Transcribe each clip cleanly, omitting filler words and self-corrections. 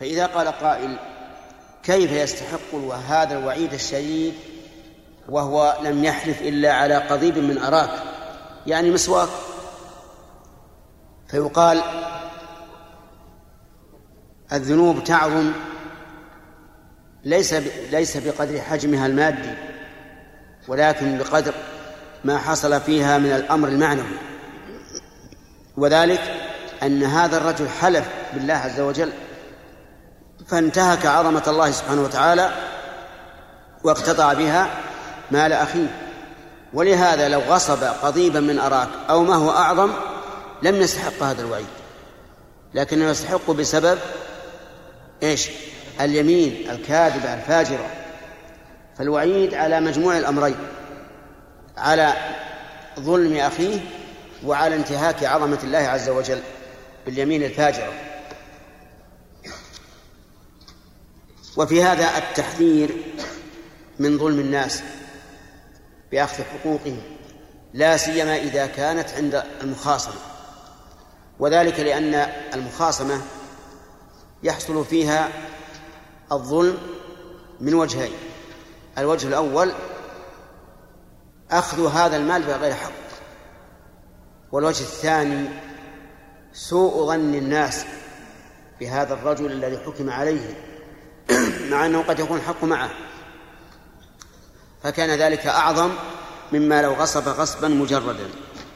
فإذا قال قائل كيف يستحق هذا الوعيد الشديد وهو لم يحلف إلا على قضيب من أراك يعني مسواك؟ فيقال الذنوب تعظم ليس بقدر حجمها المادي، ولكن بقدر ما حصل فيها من الأمر المعنوي، وذلك أن هذا الرجل حلف بالله عز وجل فانتهك عظمة الله سبحانه وتعالى واقتطع بها مال أخيه. ولهذا لو غصب قضيبا من أراك أو ما هو أعظم لم يستحق هذا الوعيد، لكنه يستحق بسبب إيش؟ اليمين الكاذبة الفاجرة. فالوعيد على مجموع الأمرين، على ظلم أخيه وعلى انتهاك عظمة الله عز وجل باليمين الفاجرة. وفي هذا التحذير من ظلم الناس بأخذ حقوقهم، لا سيما إذا كانت عند المخاصمة، وذلك لأن المخاصمة يحصل فيها الظلم من وجهين: الوجه الأول أخذ هذا المال بغير حق، والوجه الثاني سوء ظن الناس بهذا الرجل الذي حكم عليه مع أنه قد يكون الحق معه، فكان ذلك أعظم مما لو غصب غصبا مجردا.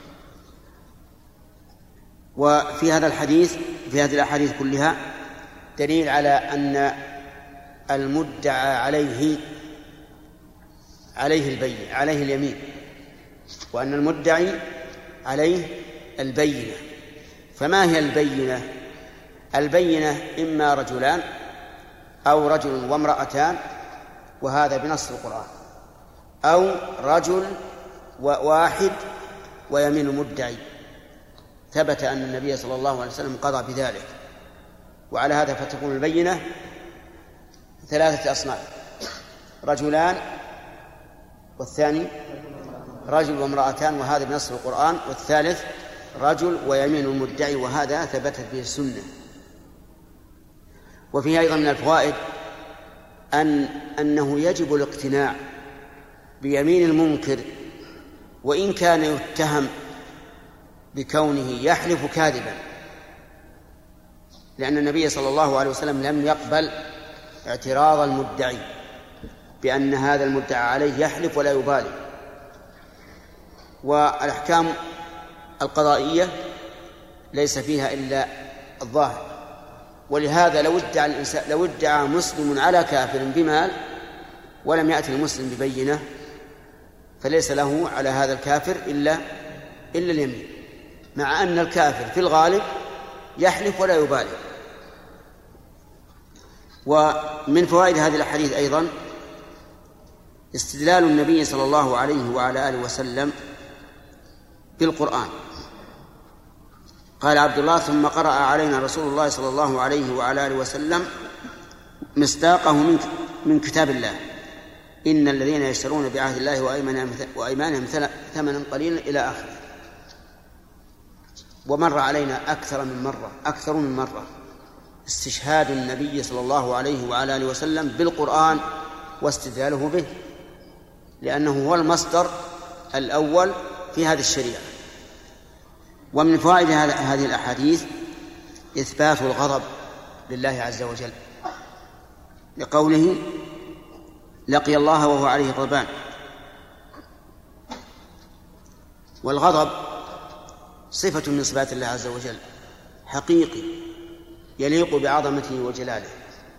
وفي هذا الحديث، في هذه الأحاديث كلها، دليل على أن المدعى عليه اليمين، وأن المدعي عليه البينة. فما هي البينة؟ البينة إما رجلان أو رجل وامرأتان، وهذا بنص القرآن، أو رجل واحد ويمين المدعي. ثبت أن النبي صلى الله عليه وسلم قضى بذلك. وعلى هذا فتكون البينة 3 أصناف: رجلان، والثاني رجل وامرأتان، وهذا بنص القرآن، والثالث رجل ويمين المدعي، وهذا ثبتت به السنة. وفيه أيضا من الفوائد أنه يجب الاقتناع بيمين المنكر وإن كان يتهم بكونه يحلف كاذبا، لأن النبي صلى الله عليه وسلم لم يقبل اعتراض المدعي بأن هذا المدعى عليه يحلف ولا يبالي. والأحكام القضائية ليس فيها إلا الظاهر، ولهذا لو ادعى مسلم على كافر بمال ولم يأتي المسلم ببينة فليس له على هذا الكافر إلا اليمين، مع أن الكافر في الغالب يحلف ولا يبالي. ومن فوائد هذه الحديث أيضا استدلال النبي صلى الله عليه وعلى آله وسلم بالقرآن. قال عبد الله: ثم قرأ علينا رسول الله صلى الله عليه وعلى آله وسلم مصداقه من كتاب الله: إن الذين يشترون بعهد الله وأيمانهم ثمنا قليلا إلى آخره. ومر علينا أكثر من مرة استشهاد النبي صلى الله عليه وعلى آله وسلم بالقرآن واستدلاله به، لأنه هو المصدر الأول في هذه الشريعة. ومن فوائد هذه الأحاديث إثبات الغضب لله عز وجل، لقوله: لقي الله وهو عليه غضبان. والغضب صفة من صفات الله عز وجل، حقيقي يليق بعظمته وجلاله،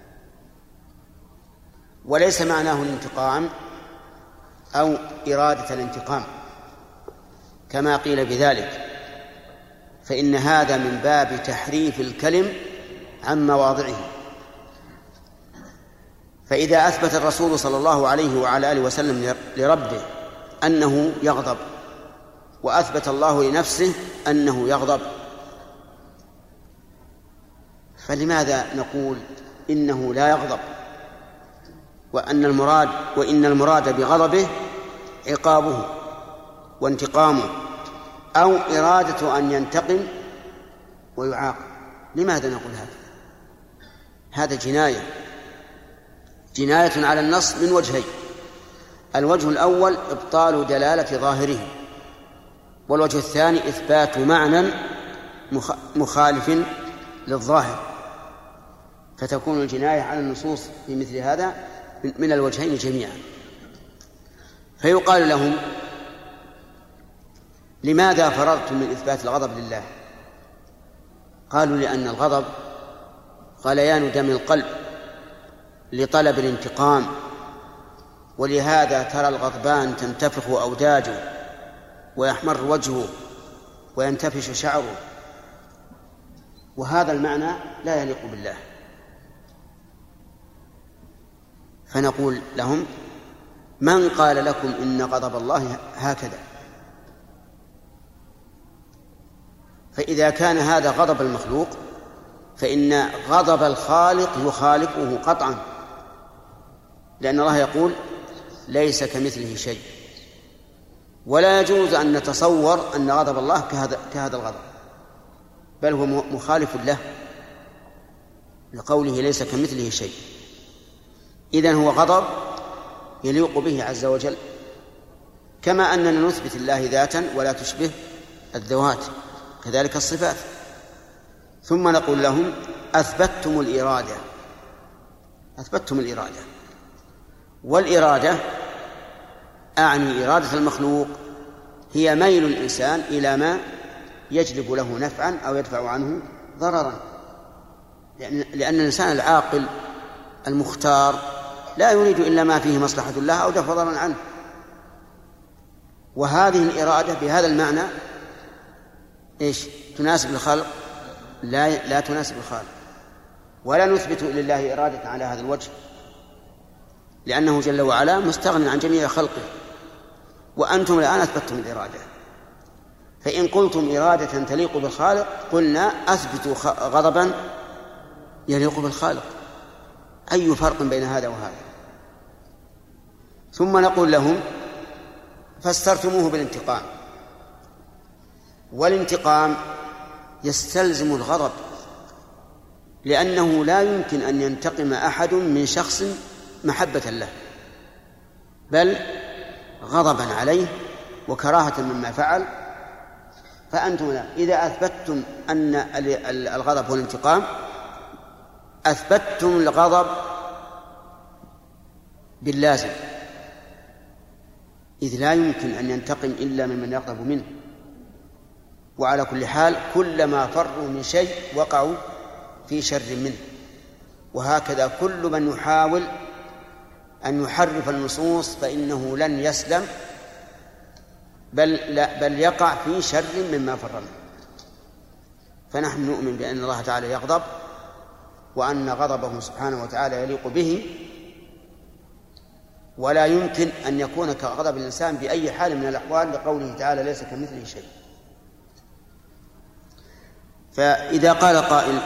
وليس معناه الانتقام أو إرادة الانتقام كما قيل بذلك، فإن هذا من باب تحريف الكلم عن مواضعه. فإذا أثبت الرسول صلى الله عليه وعلى آله وسلم لربه أنه يغضب، وأثبت الله لنفسه أنه يغضب، فلماذا نقول إنه لا يغضب وإن المراد بغضبه عقابه وانتقامه أو إرادة أن ينتقم ويعاقب؟ لماذا نقول هذا؟ هذا جناية على النص من وجهين. الوجه الأول إبطال دلالة ظاهره، والوجه الثاني إثبات معنى مخالف للظاهر، فتكون الجناية على النصوص في مثل هذا من الوجهين جميعا. فيقال لهم: لماذا فرغتم من إثبات الغضب لله؟ قالوا: لأن الغضب غليان دم القلب لطلب الانتقام، ولهذا ترى الغضبان تنتفخ أوداجه ويحمر وجهه وينتفش شعره، وهذا المعنى لا يليق بالله. فنقول لهم: من قال لكم إن غضب الله هكذا؟ فإذا كان هذا غضب المخلوق فإن غضب الخالق يخالفه قطعا، لأن الله يقول: ليس كمثله شيء، ولا يجوز أن نتصور أن غضب الله كهذا الغضب، بل هو مخالف له لقوله ليس كمثله شيء. إذن هو غضب يليق به عز وجل، كما أننا نثبت الله ذاتا ولا تشبه الذوات، كذلك الصفات. ثم نقول لهم: أثبتتم الإرادة، والإرادة أعني إرادة المخلوق هي ميل الإنسان إلى ما يجلب له نفعا أو يدفع عنه ضررا، لأن الإنسان العاقل المختار لا يريد إلا ما فيه مصلحة الله أو دفع ضررا عنه. وهذه الإرادة بهذا المعنى تناسب الخلق؟ لا تناسب الخالق، ولا نثبت لله إرادة على هذا الوجه، لأنه جل وعلا مستغن عن جميع خلقه، وأنتم الآن أثبتتم الإرادة. فإن قلتم إرادة تليق بالخالق قلنا: أثبتوا غضبا يليق بالخالق. أي فرق بين هذا وهذا؟ ثم نقول لهم: فاسترتموه بالانتقام، والانتقام يستلزم الغضب، لأنه لا يمكن أن ينتقم أحد من شخص محبة له، بل غضبا عليه وكراهة مما فعل. فأنتم إذا أثبتتم أن الغضب هو الانتقام أثبتتم الغضب باللازم، إذ لا يمكن أن ينتقم إلا ممن يغضب منه. وعلى كل حال كلما فروا من شيء وقعوا في شر منه، وهكذا كل من يحاول أن يحرف النصوص فإنه لن يسلم، بل يقع في شر مما فر منه. فنحن نؤمن بأن الله تعالى يغضب، وأن غضبه سبحانه وتعالى يليق به، ولا يمكن أن يكون كغضب الإنسان بأي حال من الأحوال، لقوله تعالى: ليس كمثله شيء. فإذا قال قائل: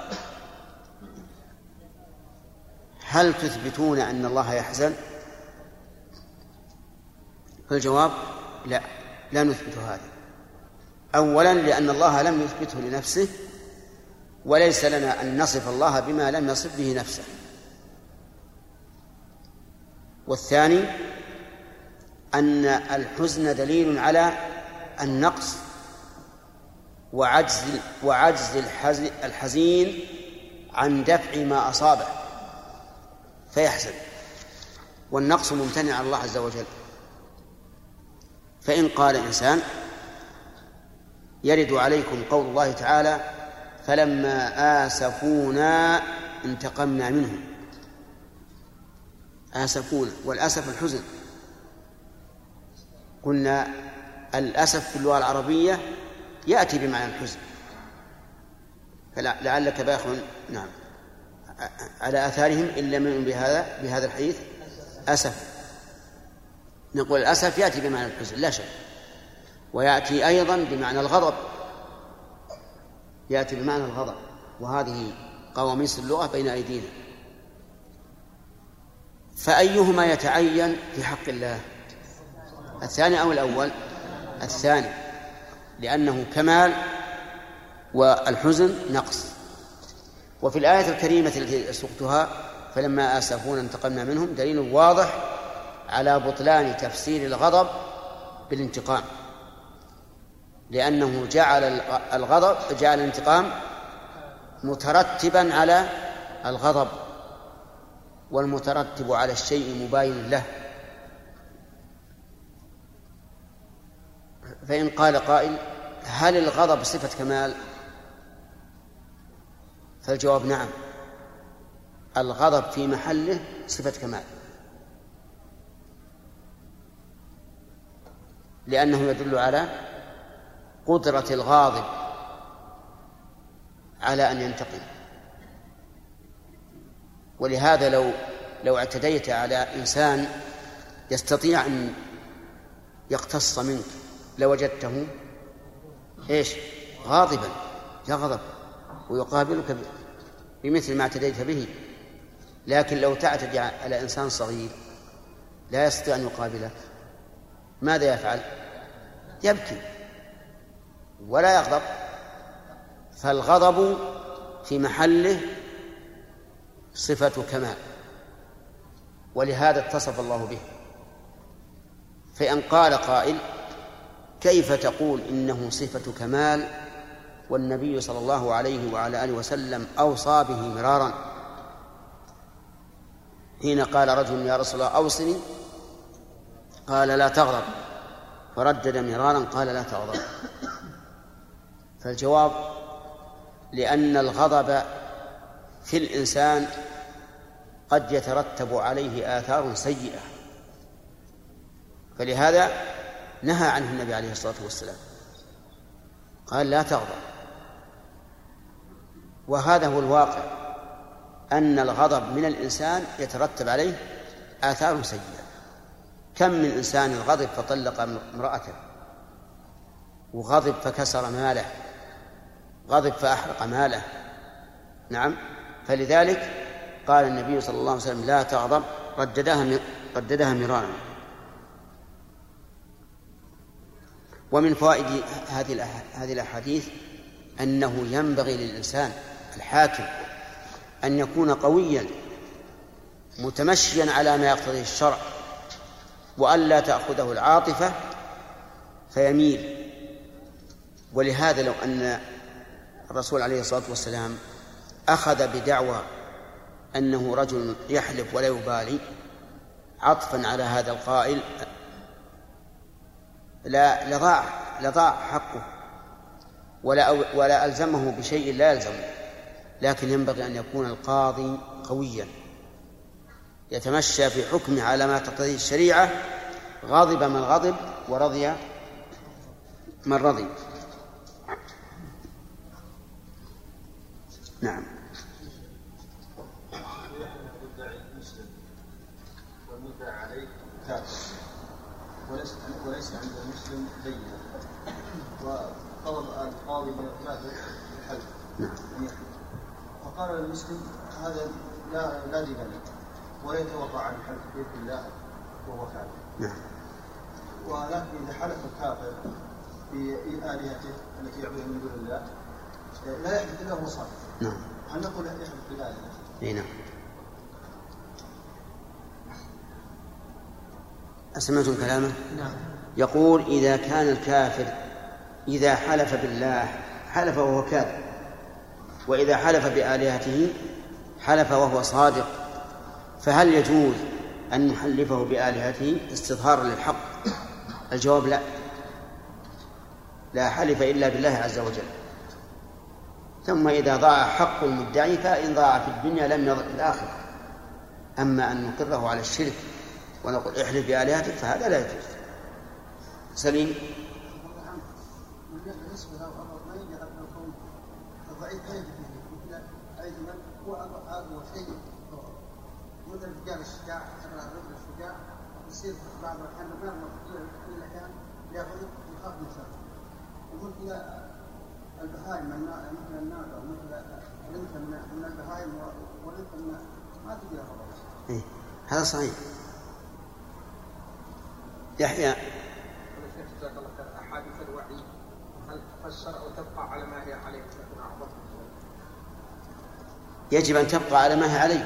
هل تثبتون أن الله يحزن؟ فالجواب: لا نثبت هذا. أولا لأن الله لم يثبته لنفسه، وليس لنا أن نصف الله بما لم يصف به نفسه. والثاني أن الحزن دليل على النقص وعجز الحزين عن دفع ما أصابه فيحزن، والنقص ممتنع على الله عز وجل. فإن قال إنسان: يرد عليكم قول الله تعالى: فلما آسفونا انتقمنا منهم. آسفونا، والأسف الحزن. قلنا الأسف في اللغة العربية يأتي بمعنى الحزن، فلعلك باخ على آثارهم إن لم يؤمنوا بهذا الحديث أسف. نقول الأسف يأتي بمعنى الحزن لا شك، ويأتي أيضا بمعنى الغضب، وهذه قواميس اللغة بين أيدينا. فأيهما يتعين في حق الله، الثاني أو الأول؟ الثاني، لأنه كمال والحزن نقص. وفي الآية الكريمة التي سقتها فلما آسفونا انتقمنا منهم دليل واضح على بطلان تفسير الغضب بالانتقام، لأنه جعل الانتقام مترتبا على الغضب، والمترتب على الشيء مباين له. فإن قال قائل هل الغضب صفة كمال؟ فالجواب نعم، الغضب في محله صفة كمال، لأنه يدل على قدرة الغاضب على أن ينتقم. ولهذا لو اعتديت على إنسان يستطيع أن يقتص منك لوجدته غاضبا، يغضب ويقابلك بمثل ما اعتديت به. لكن لو تعتدي على إنسان صغير لا يستطيع أن يقابلك، ماذا يفعل؟ يبكي ولا يغضب. فالغضب في محله صفة كمال، ولهذا اتصف الله به. فإن قال قائل كيف تقول إنه صفة كمال والنبي صلى الله عليه وعلى آله وسلم أوصى به مرارا، حين قال رجل يا رسول الله أوصني قال لا تغضب، فردد مرارا قال لا تغضب. فالجواب لأن الغضب في الإنسان قد يترتب عليه آثار سيئة، فلهذا نهى عنه النبي عليه الصلاة والسلام، قال لا تغضب. وهذا هو الواقع، أن الغضب من الإنسان يترتب عليه آثار سيئة. كم من إنسان غضب فطلق امرأته، وغضب فكسر ماله، غضب فأحرق ماله. نعم، فلذلك قال النبي صلى الله عليه وسلم لا تغضب، رددها مرارا. ومن فوائد هذه الأحاديث أنه ينبغي للإنسان الحاكم أن يكون قويا متمشيا على ما يقتضيه الشرع، وألا تأخذه العاطفة فيميل. ولهذا لو أن الرسول عليه الصلاة والسلام أخذ بدعوى أنه رجل يحلف ولا يبالي عطفا على هذا القائل لضاع حقه ولا ألزمه بشيء لا يلزمه. لكن ينبغي أن يكون القاضي قويا يتمشى في حكمه على ما تقتضيه الشريعة، غاضب من غضب ورضي من رضي. نعم. والمدعى عليه كافر وليس عند المسلم بينة، وطلب القاضي من الكافر الحلف، فقال المسلم هذا لا دين له ولا يتوقع عن الحلف بإذن الله وهو كافر. ولكن إذا حلف الكافر بآلهته التي يعبدها من دون الله لا يحدث إلا هو صادق. هل نقول يحدث بالآلهة؟ نعم. أسمعتم كلامه؟ نعم. يقول إذا كان الكافر إذا حلف بالله حلف وهو كاذب، وإذا حلف بآلهته حلف وهو صادق، فهل يجوز أن نحلفه بآلهته استظهارا للحق؟ الجواب لا حلف إلا بالله عز وجل. ثم إذا ضاع حق المدعي فإن ضاع في الدنيا لم يضع في الآخرة. أما أن نقره على الشرك ونقول احلف بآلهتك فهذا لا يجوز. سليم. مثل الرجال الشجاع، الرجل الشجاع يصير بعض الأحيان في الأحيان يأخذ يخاف من شر، ومثل البهائم مثل الناقة ومثل الأنثى من البهائم والأنثى ما تجي لها خبر. هذا صحيح. يحيى. جزاك الله خير. أحاديث الوعيد هل تفسر أو تبقى على ما هي عليه تكون أعظم؟ يجب أن تبقى على ما هي عليه.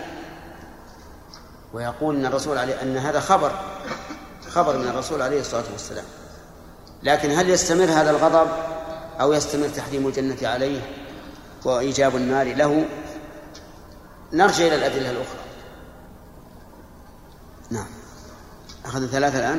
ويقول أن الرسول عليه أن هذا خبر من الرسول عليه الصلاة والسلام. لكن هل يستمر هذا الغضب أو يستمر تحريم الجنة عليه وإيجاب النار له؟ نرجع إلى الأدلة الأخرى. نعم. أخذ 3 الآن.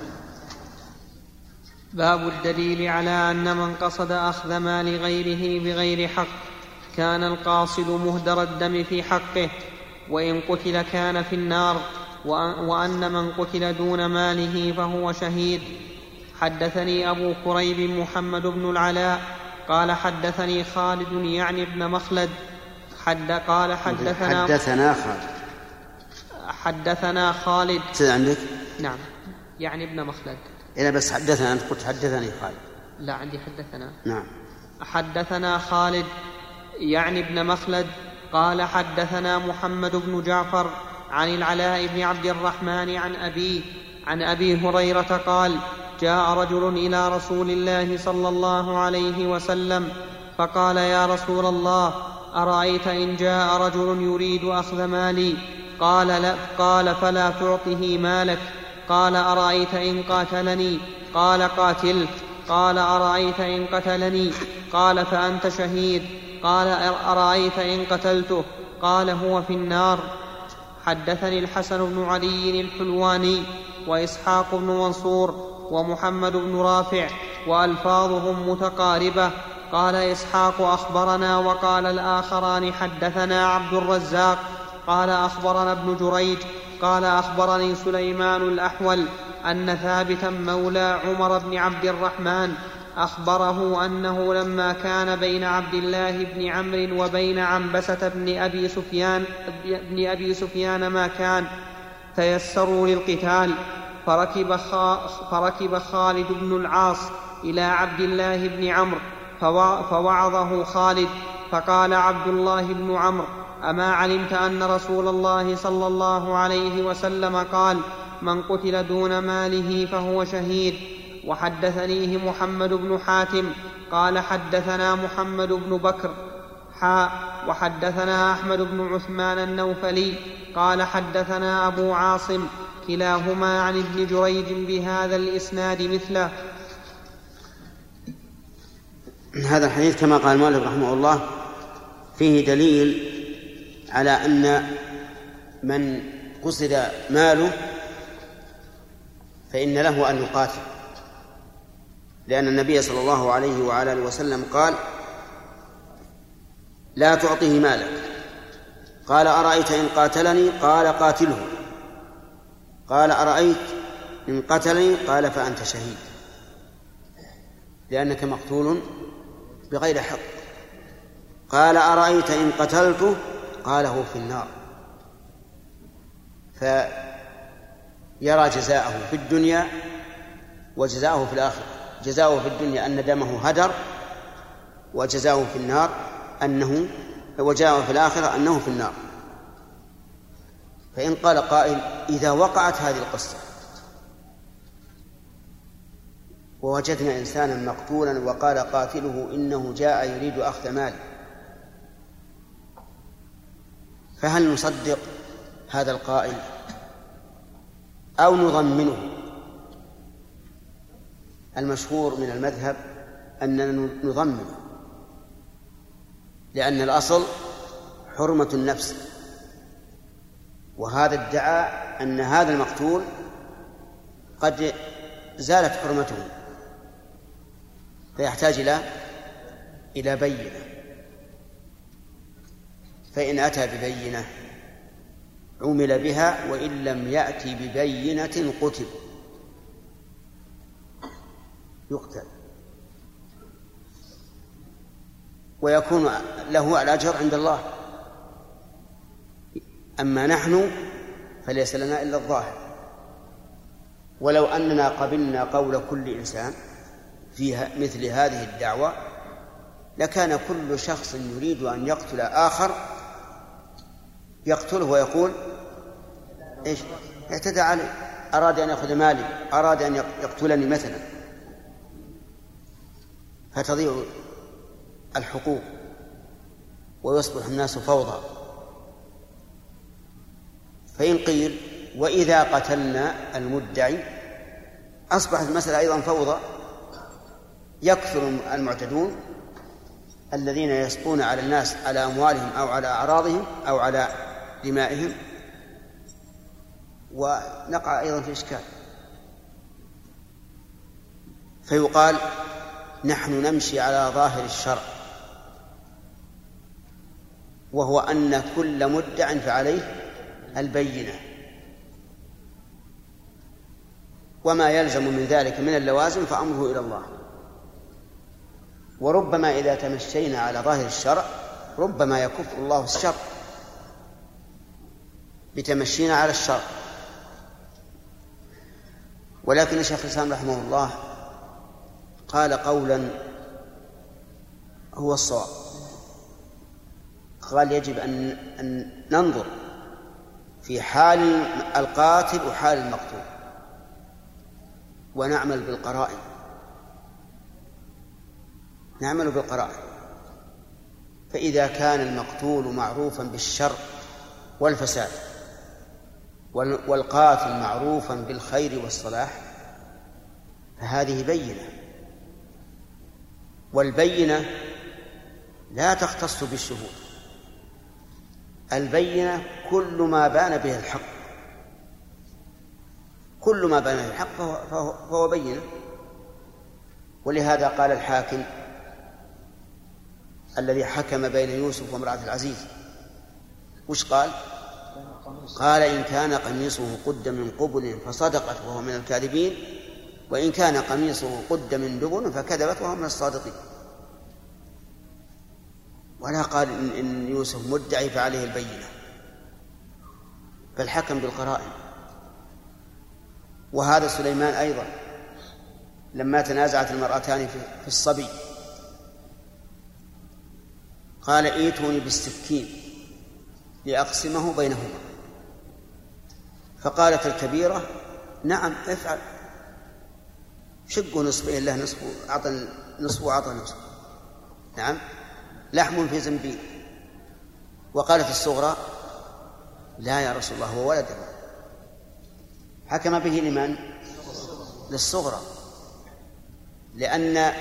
باب الدليل على أن من قصد أخذ مال غيره بغير حق كان القاصد مهدر الدم في حقه، وإن قتل كان في النار، وأن من قتل دون ماله فهو شهيد. حدثني أبو كريب محمد بن العلاء قال حدثني خالد يعني ابن مخلد قال حدثنا خالد عندك؟ نعم يعني ابن مخلد. إلا بس حدثنا، أنت قلت حدثني خالد. لا عندي حدثنا. نعم. حدثنا خالد يعني ابن مخلد قال حدثنا محمد بن جعفر عن العلاء بن عبد الرحمن عن أبي هريرة قال جاء رجل إلى رسول الله صلى الله عليه وسلم فقال يا رسول الله أرأيت إن جاء رجل يريد أخذ مالي؟ قال لا. قال فلا تعطه مالك. قال أرأيت إن قاتلني؟ قال قاتله. قال أرأيت إن قتلني؟ قال فأنت شهيد. قال أرأيت إن قتلته؟ قال هو في النار. حدثني الحسن بن علي الحلواني وإسحاق بن منصور ومحمد بن رافع وألفاظهم متقاربة. قال إسحاق أخبرنا، وقال الآخران حدثنا عبد الرزاق قال أخبرنا ابن جريج قال أخبرني سليمان الأحول أن ثابتا مولى عمر بن عبد الرحمن أخبره أنه لما كان بين عبد الله بن عمرو وبين عنبسة بن أبي سفيان ما كان تيسروا للقتال، فركب خالد بن العاص إلى عبد الله بن عمرو فوعظه خالد، فقال عبد الله بن عمرو أما علمت أن رسول الله صلى الله عليه وسلم قال من قتل دون ماله فهو شهيد. وحدثنيه محمد بن حاتم قال حدثنا محمد بن بكر وحدثنا أحمد بن عثمان النوفلي قال حدثنا أبو عاصم كلاهما عن ابن جريج بهذا الإسناد مثله. هذا الحديث كما قال المؤلف رحمه الله فيه دليل على أن من قصد ماله فإن له أن يقاتل، لأن النبي صلى الله عليه وعلى آله وسلم قال لا تعطيه مالك. قال أرأيت إن قاتلني؟ قال قاتله. قال أرأيت إن قتلني؟ قال فأنت شهيد، لأنك مقتول بغير حق. قال أرأيت إن قتلته؟ قال هو في النار. فيرى جزاءه في الدنيا وجزاءه في الآخرة. جزاؤه في الدنيا أن دمه هدر، وجزاؤه في النار وجزاؤه في الآخرة أنه في النار. فإن قال قائل إذا وقعت هذه القصة ووجدنا إنسانا مقتولا وقال قاتله إنه جاء يريد أخذ مال، فهل نصدق هذا القائل أو نضمنه؟ المشهور من المذهب أننا نضمنه، لأن الأصل حرمة النفس، وهذا ادعى أن هذا المقتول قد زالت حرمته، فيحتاج إلى بينة. فإن أتى ببينة عمل بها، وإن لم يأتي ببينة قتل يقتل ويكون له الأجر عند الله. أما نحن فليس لنا إلا الظاهر. ولو أننا قبلنا قول كل إنسان في مثل هذه الدعوة لكان كل شخص يريد أن يقتل آخر يقتله ويقول إيش؟ اعتدى علي، أراد أن يأخذ مالي، أراد أن يقتلني مثلا، فتضيع الحقوق ويصبح الناس فوضى. فإن قيل وإذا قتلنا المدعي أصبحت المسألة أيضا فوضى، يكثر المعتدون الذين يسقون على الناس على أموالهم أو على أعراضهم أو على دمائهم، ونقع أيضا في إشكال. فيقال نحن نمشي على ظاهر الشرع، وهو أن كل مدع فعليه البينة، وما يلزم من ذلك من اللوازم فأمره إلى الله. وربما إذا تمشينا على ظاهر الشرع ربما يكف الله الشر بتمشينا على الشرع. ولكن الشيخ الإسلام رحمه الله قال قولا هو الصواب، قال يجب أن ننظر في حال القاتل وحال المقتول ونعمل بالقرائن، نعمل بالقرائن. فإذا كان المقتول معروفا بالشر والفساد والقاتل معروفا بالخير والصلاح فهذه بينة، والبينة لا تختص بالشهود، البينة كل ما بان به الحق، كل ما بان به الحق فهو بينة. ولهذا قال الحاكم الذي حكم بين يوسف وامرأة العزيز وش قال؟ قال إن كان قميصه قد من قبل فصدقت وهو من الكاذبين، وإن كان قميصه قد من دبر فكذبت وهو من الصادقين. ولا قال إن يوسف مدعي فعليه البينة، بل حكم بالقرائن. وهذا سليمان أيضا لما تنازعت المرأتان في الصبي قال ائتوني بالسكين لأقسمه بينهما، فقالت الكبيرة نعم افعل، شقوا نصفين له نصف وعطى نصف، نعم لحم في زنبيل. وقالت الصغرى لا يا رسول الله هو ولده. حكم به لمن؟ للصغرى، لأن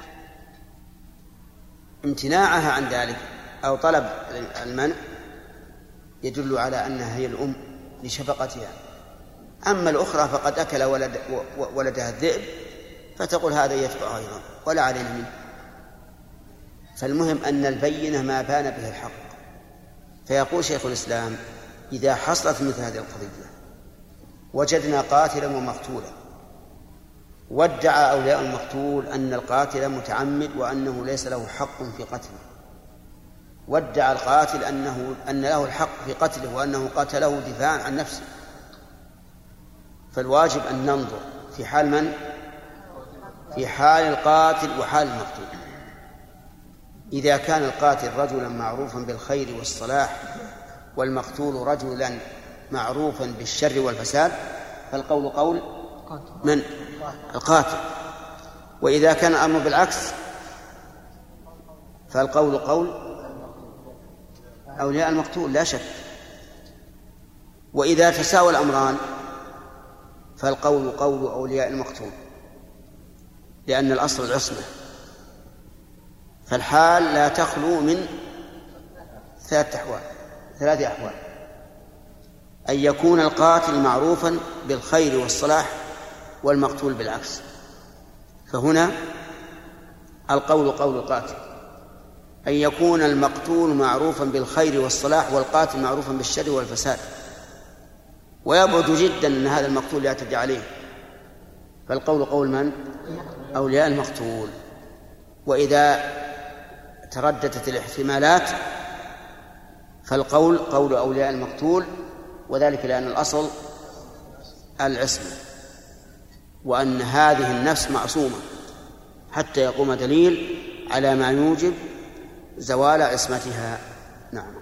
امتناعها عن ذلك أو طلب المنع يدل على أنها هي الأم لشفقتها. أما الأخرى فقد أكل ولدها الذئب فتقول هذا يتبع أيضا ولا علينا منه. فالمهم أن البينة ما بان به الحق. فيقول شيخ الإسلام إذا حصلت مثل هذه القضية وجدنا قاتلا ومقتولا وادعى أولياء المقتول أن القاتل متعمد وأنه ليس له حق في قتله، وادعى القاتل أن له الحق في قتله وأنه قتله دفاعا عن نفسه، فالواجب أن ننظر في حال من؟ في حال القاتل وحال المقتول. إذا كان القاتل رجلا معروفا بالخير والصلاح والمقتول رجلا معروفا بالشر والفساد فالقول قول من؟ القاتل. وإذا كان الأمر بالعكس فالقول قول أولياء المقتول لا شك. وإذا تساوى الأمران فالقول قول أولياء المقتول، لأن الأصل العصمة. فالحال لا تخلو من ثلاث أحوال: أن يكون القاتل معروفا بالخير والصلاح والمقتول بالعكس، فهنا القول قول القاتل. أن يكون المقتول معروفا بالخير والصلاح والقاتل معروفا بالشر والفساد، ويبعد جدا أن هذا المقتول يعتدي عليه، فالقول قول من؟ أولياء المقتول. وإذا ترددت الاحتمالات فالقول قول أولياء المقتول، وذلك لأن الأصل العصمة، وأن هذه النفس معصومة حتى يقوم دليل على ما يوجب زوال عصمتها. نعم.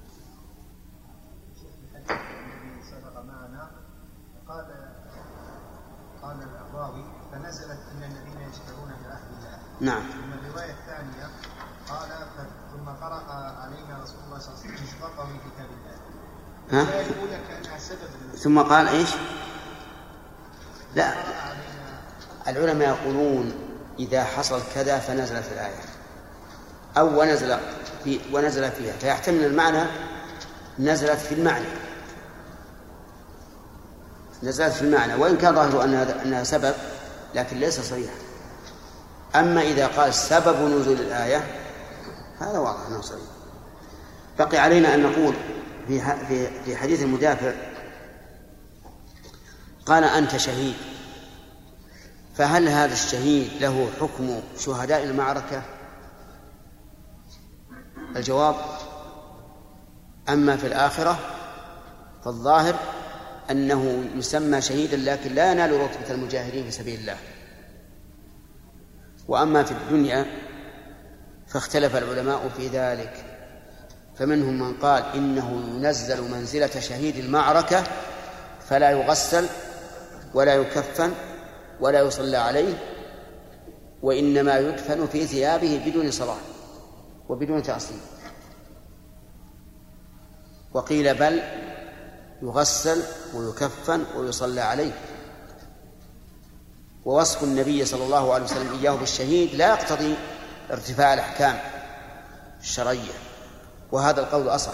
سبق معنا قال الراوي فنزلت إن الذين يشترون بعهد الله. نعم. ثم الرواية الثانية قال ثم قرأ علينا رسول الله صلى الله عليه وسلم مصداقه من كتاب الله. الرواية الأولى كأنها ثم قال إيش؟ لا، العلماء يقولون إذا حصل كذا فنزلت الآية أو ونزل فيها، فيحتمل المعنى نزلت في المعنى، نزلت في المعنى وإن كان ظاهر أنها سبب لكن ليس صريحا. أما إذا قال سبب نزول الآية هذا واضح أنه صريح. بقي علينا أن نقول في حديث المدافع قال أنت شهيد، فهل هذا الشهيد له حكم شهداء المعركة؟ الجواب أما في الآخرة فالظاهر أنه يسمى شهيدا لكن لا ينال رتبة المجاهدين في سبيل الله. وأما في الدنيا فاختلف العلماء في ذلك، فمنهم من قال إنه ينزل منزلة شهيد المعركة فلا يغسل ولا يكفن ولا يصلى عليه، وإنما يدفن في ثيابه بدون صلاة وبدون تأصيل. وقيل بل يغسل ويكفن ويصلى عليه. ووصف النبي صلى الله عليه وسلم إياه بالشهيد لا يقتضي ارتفاع الأحكام الشرعية، وهذا القول أصح.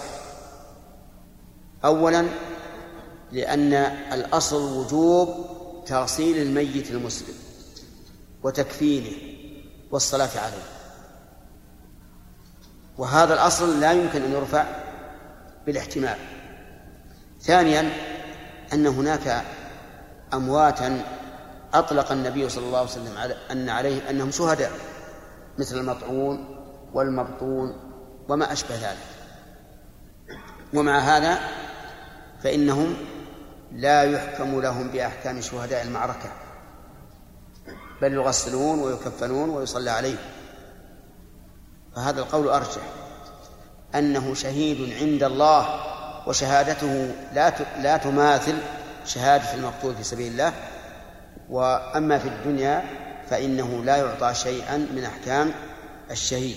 أولا لأن الأصل وجوب تغسيل الميت المسلم وتكفينه والصلاة عليه، وهذا الأصل لا يمكن أن يرفع بالاحتمال. ثانيا أن هناك أمواتا أطلق النبي صلى الله عليه وسلم أنهم شهداء مثل المطعون والمبطون وما أشبه ذلك، ومع هذا فإنهم لا يحكم لهم بأحكام شهداء المعركة، بل يغسلون ويكفنون ويصلى عليه. فهذا القول أرجح، أنه شهيد عند الله وشهادته لا تماثل شهادة المقتول في سبيل الله. وأما في الدنيا فإنه لا يعطى شيئا من أحكام الشهيد.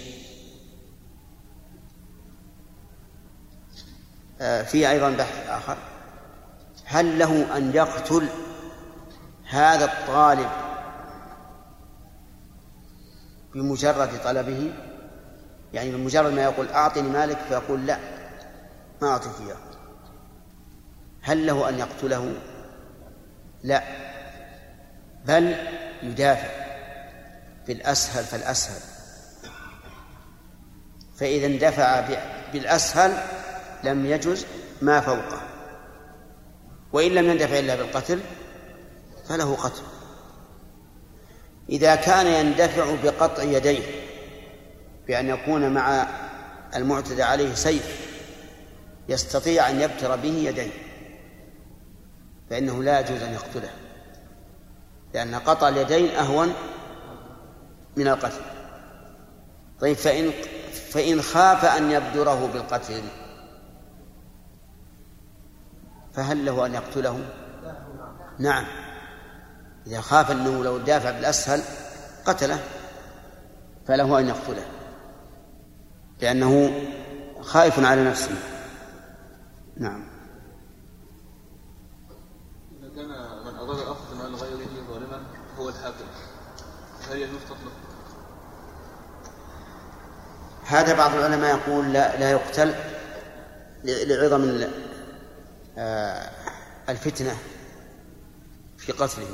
في أيضا بحث آخر، هل له أن يقتل هذا الطالب بمجرد طلبه؟ يعني بمجرد ما يقول أعطني مالك فيقول لا ما أعطيك إياه، هل له أن يقتله؟ لا، بل يدافع بالأسهل فالأسهل، فإذا اندفع بالأسهل لم يجز ما فوقه، وإن لم يندفع إلا بالقتل فله قتل. إذا كان يندفع بقطع يديه بأن يكون مع المعتدى عليه سيف يستطيع أن يبتر به يديه فإنه لا يجوز أن يقتله، لأن قطع اليدين أهون من القتل. طيب فإن خاف أن يبدره بالقتل فهل له أن يقتله؟ نعم، إذا خاف أنه لو دافع بالأسهل قتله فله أن يقتله، لأنه خائف على نفسه. نعم. إذا كان من أراد أخذ مال غيره ظالما هو الحاكم هل يجوز قتله؟ هذا بعض العلماء يقول لا يقتل لعظم الفتنة في قتله.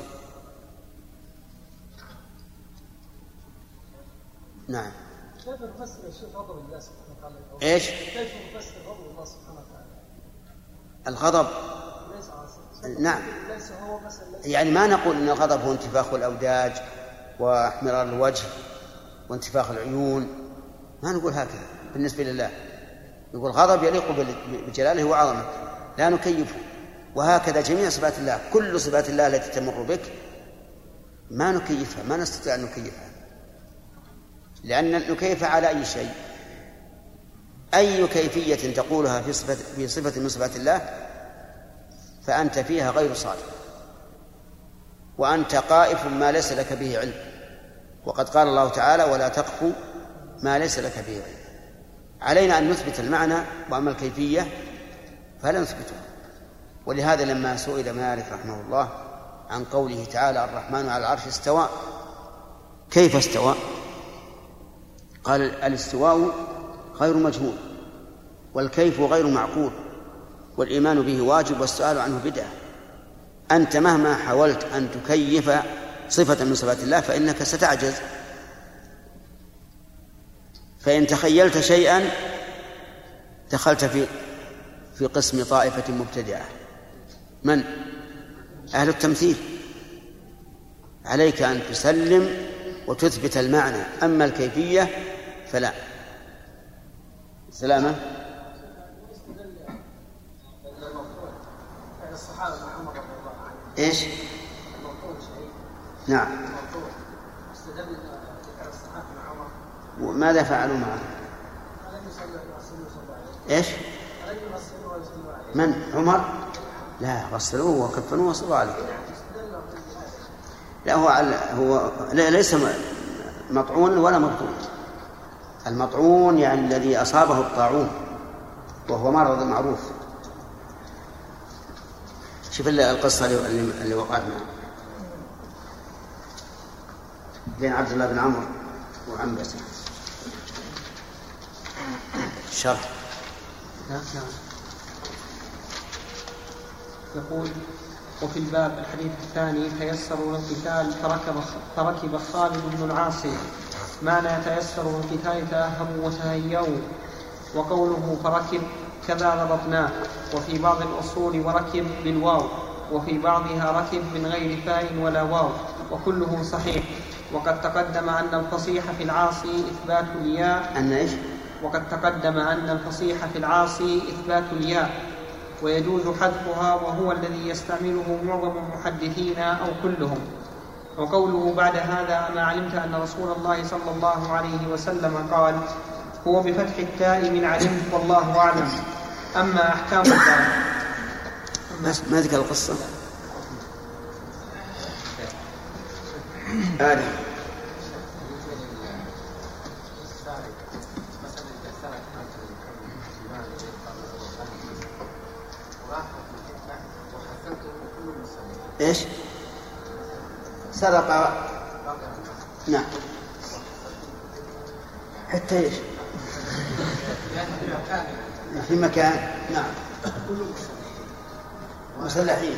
نعم. كيف نفسر الشيخ غضب الله سبحانه وتعالى؟ ايش؟ كيف نفسر غضب الله سبحانه وتعالى؟ الغضب ليس نعم، ليس هو مثلا يعني ما نقول ان الغضب هو انتفاخ الاوداج واحمرار الوجه وانتفاخ العيون، ما نقول هكذا بالنسبة لله، نقول غضب يليق بجلاله وعظمته لا نكيفه. وهكذا جميع صفات الله، كل صفات الله التي تمر بك ما نكيفها، ما نستطيع أن نكيفها، لأن نكيفها على أي شيء. أي كيفية تقولها في صفة من صفات الله فأنت فيها غير صادق، وأنت قائف ما ليس لك به علم، وقد قال الله تعالى ولا تقف ما ليس لك به علم. علينا أن نثبت المعنى، وأما الكيفية فلا نثبتها. ولهذا لما سئل مالك رحمه الله عن قوله تعالى الرحمن على العرش استوى كيف استوى؟ قال الاستواء غير مجهول والكيف غير معقول والإيمان به واجب والسؤال عنه بدعة. أنت مهما حاولت أن تكيف صفة من صفات الله فإنك ستعجز، فإن تخيلت شيئا دخلت في قسم طائفة مبتدعة. من؟ أهل التمثيل. عليك أن تسلم وتثبت المعنى، أما الكيفية فلا. سلامة. إيش؟ نعم. وماذا فعلوا معه؟ إيش؟ من؟ عمر؟ لا، غسلوه وكفنوه وصلوا عليه. لا، هو ليس مطعون ولا مطعون. المطعون يعني الذي أصابه الطاعون وهو مرض معروف. شوف القصة اللي وقعت معه بين عبد الله بن عمرو وعنبسة. الشرح. نعم. يقول: وفي الباب الحديث الثاني تيسروا للقتال فركب خالد بن العاص. معنى تيسروا للقتال تأهبوا وتهيئوا، وقوله فركب كذا ضبطناه. وفي بعض الأصول وركب بالواو، وفي بعضها ركب من غير فاء ولا واو، وكله صحيح. وقد تقدم أن الفصيح في العاصي إثبات الياء. وقد تقدم أن الفصيح في العاصي إثبات الياء ويجوز حذفها، وهو الذي يستعمله معظم المحدثين أو كلهم. وقوله بعد هذا: أما علمت أن رسول الله صلى الله عليه وسلم قال، هو بفتح التاء من علمت والله أعلم. أما أحكام الباب. ما ذكر القصة. آدم. إيش؟ سرق. نعم. حتى إيش؟ في مكان. نعم. مسلحين.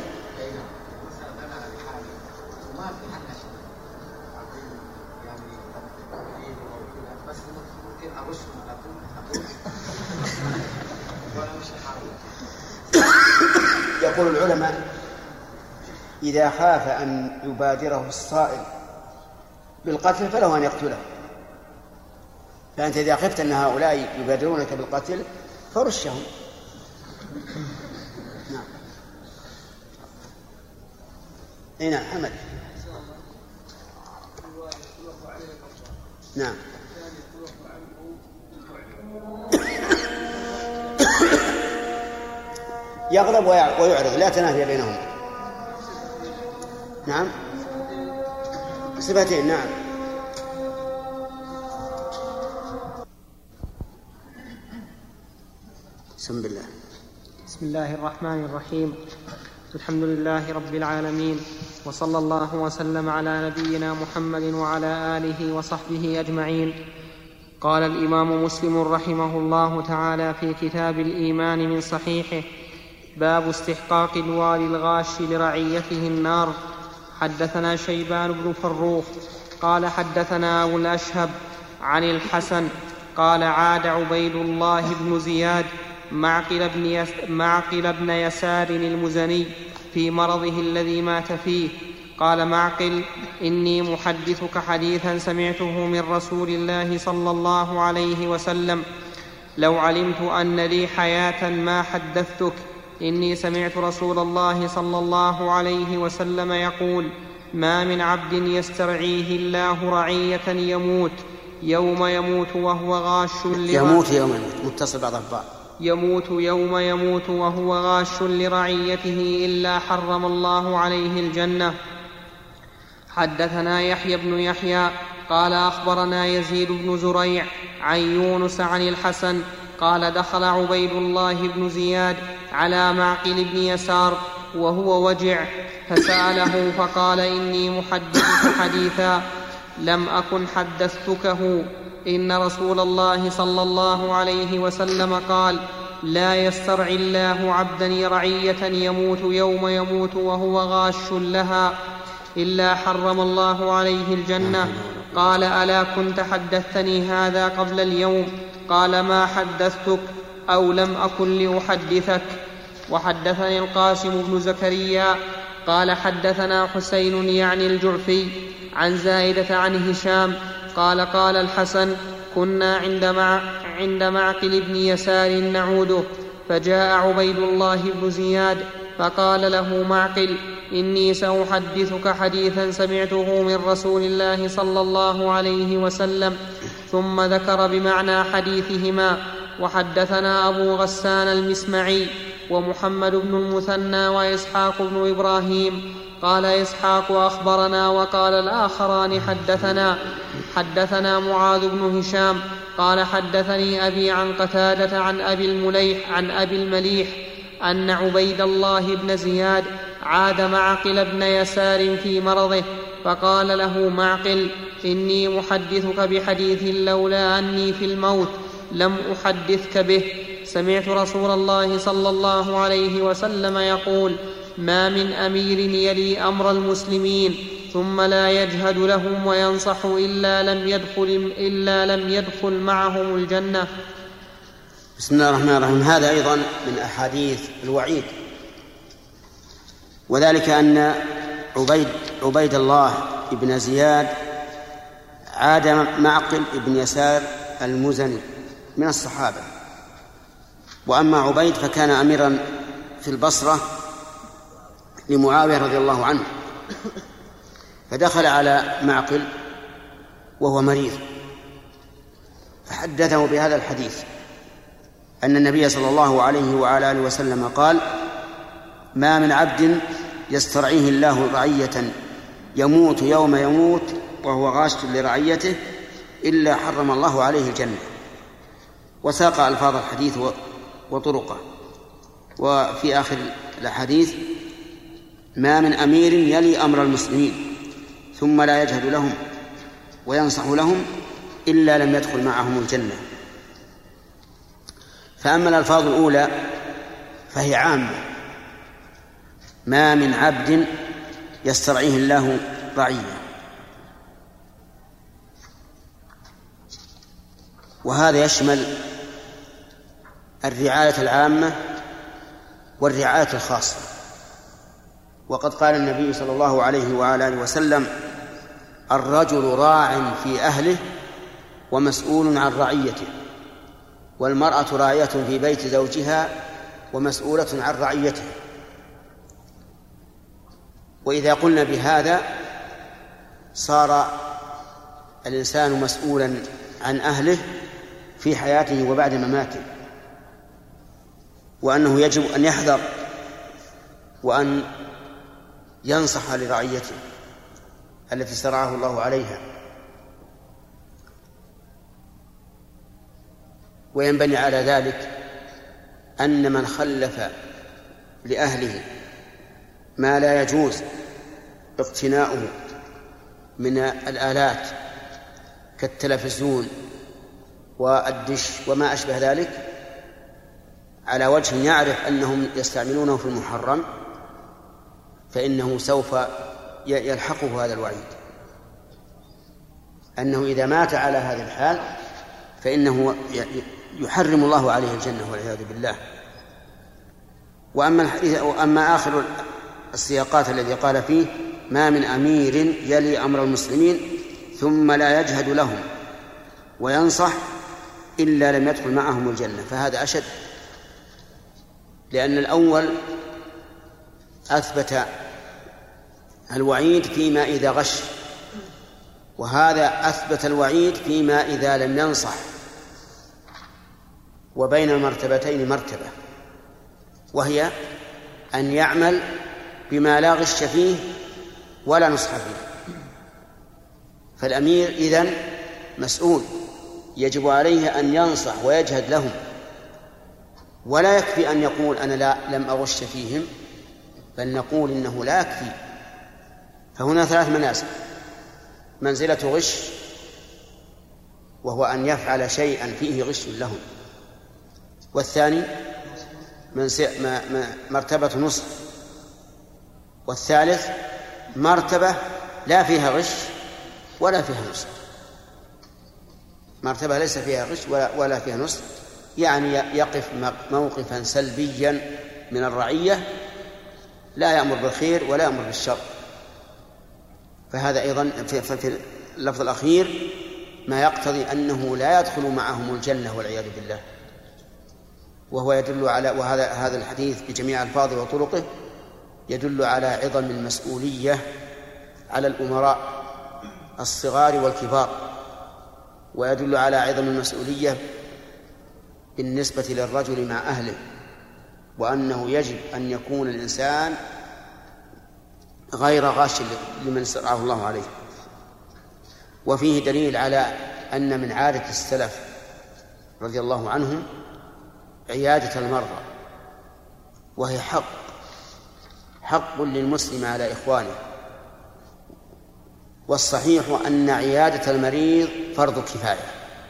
يقول العلماء: إذا خاف أن يبادره الصائل بالقتل فله أن يقتله. فأنت إذا خفت أن هؤلاء يبادرونك بالقتل فرشهم. نعم. نعم. حمد. نعم. يغضب ويعرض، لا تنافي بينهم. نعم. صفتين. نعم. بسم الله. بسم الله الرحمن الرحيم. الحمد لله رب العالمين، وصلى الله وسلم على نبينا محمد وعلى آله وصحبه أجمعين. قال الإمام مسلم رحمه الله تعالى في كتاب الإيمان من صحيحه: باب استحقاق الوالي الغاش لرعيته النار. حدثنا شيبان بن فروخ قال حدثنا أبو الأشهب عن الحسن قال: عاد عبيد الله بن زياد معقل بن يسار المزني في مرضه الذي مات فيه. قال معقل: إني محدثك حديثا سمعته من رسول الله صلى الله عليه وسلم، لو علمت أن لي حياة ما حدثتك. إني سمعت رسول الله صلى الله عليه وسلم يقول: ما من عبد يسترعيه الله رعية يموت يوم وهو غاش يموت يوم يموت وهو غاش لرعيته إلا حرم الله عليه الجنة. حدثنا يحيى بن يحيى قال أخبرنا يزيد بن زريع عن يونس عن الحسن قال دخل عبيد الله بن زياد على معقل بن يسار وهو وجع فسأله فقال إني محدثك حديثا لم أكن حدثتكه إن رسول الله صلى الله عليه وسلم قال لا يسترعي الله عبدا رعية يموت يوم يموت وهو غاش لها إلا حرم الله عليه الجنة. قال ألا كنت حدثتني هذا قبل اليوم؟ قال ما حدثتك أو لم أكن لأحدثك. وحدثني القاسم بن زكريا قال حدثنا حسين يعني الجعفي عن زائدة عن هشام قال قال الحسن كنا عند معقل بن يسار نعوده فجاء عبيد الله بن زياد فقال له معقل إني سأحدثك حديثا سمعته من رسول الله صلى الله عليه وسلم، ثم ذكر بمعنى حديثهما. وحدثنا أبو غسان المسمعي ومحمد بن المثنى وإسحاق بن إبراهيم قال إسحاق أخبرنا وقال الآخران حدثنا معاذ بن هشام قال حدثني أبي عن قتادة عن أبي المليح أن عبيد الله بن زياد عاد معقل بن يسار في مرضه فقال له معقل إني محدثك بحديث لولا أني في الموت لم أحدثك به. سمعت رسول الله صلى الله عليه وسلم يقول ما من أمير يلي أمر المسلمين ثم لا يجهد لهم وينصح إلا لم يدخل معهم الجنة. بسم الله الرحمن الرحيم. هذا أيضا من أحاديث الوعيد، وذلك أن عبيد الله بن زياد عاد معقل بن يسار المزني من الصحابة، وأما عبيد فكان أميرا في البصرة لمعاوية رضي الله عنه، فدخل على معقل وهو مريض فحدثه بهذا الحديث أن النبي صلى الله عليه وعلى آله وسلم قال ما من عبد يسترعيه الله رعية يموت يوم يموت وهو غاش لرعيته إلا حرم الله عليه الجنة. وساق ألفاظ الحديث وطرقه. وفي آخر الحديث ما من أمير يلي أمر المسلمين ثم لا يجهد لهم وينصح لهم إلا لم يدخل معهم الجنة. فأما الألفاظ الأولى فهي عامة، ما من عبد يسترعيه الله رعية، وهذا يشمل الرعاية العامة والرعاية الخاصة. وقد قال النبي صلى الله عليه وعلى آله وسلم الرجل راع في أهله ومسؤول عن رعيته، والمرأة راعية في بيت زوجها ومسؤولة عن رعيته. وإذا قلنا بهذا صار الإنسان مسؤولا عن أهله في حياته وبعد مماته، وأنه يجب أن يحذر وأن ينصح لرعيته التي استرعاه الله عليها. وينبني على ذلك أن من خلف لأهله ما لا يجوز اقتناؤه من الآلات كالتلفزيون والدش وما أشبه ذلك على وجه يعرف أنهم يستعملونه في المحرم، فإنه سوف يلحقه هذا الوعيد، أنه إذا مات على هذه الحال فإنه يحرم الله عليه الجنة والعياذ بالله. وأما آخر السياقات الذي قال فيه ما من أمير يلي أمر المسلمين ثم لا يجهد لهم وينصح إلا لم يدخل معهم الجنة، فهذا أشد، لأن الأول أثبت الوعيد فيما إذا غش، وهذا أثبت الوعيد فيما إذا لم ينصح. وبين المرتبتين مرتبة، وهي أن يعمل بما لا غش فيه ولا نصح فيه. فالأمير إذن مسؤول، يجب عليه أن ينصح ويجهد لهم ولا يكفي أن يقول أنا لم أغش فيهم، بل نقول إنه لا يكفي. فهنا 3 منازل: منزلة غش وهو أن يفعل شيئا فيه غش لهم، والثاني مرتبة نصح، والثالث مرتبة لا فيها غش ولا فيها نصح، مرتبة ليس فيها غش ولا فيها نصح، يعني يقف موقفا سلبيا من الرعية، لا يأمر بالخير ولا يأمر بالشر. فهذا أيضا في اللفظ الأخير ما يقتضي أنه لا يدخل معهم الجنة والعياذ بالله. وهو يدل على هذا الحديث بجميع ألفاظه وطرقه يدل على عظم المسؤولية على الأمراء الصغار والكبار، ويدل على عظم المسؤولية بالنسبة للرجل مع أهله، وأنه يجب أن يكون الإنسان غير غاش لمن استرعاه الله عليه. وفيه دليل على أن من عادة السلف رضي الله عنهم عيادة المرضى، وهي حق للمسلم على إخوانه. والصحيح أن عيادة المريض فرض كفاية،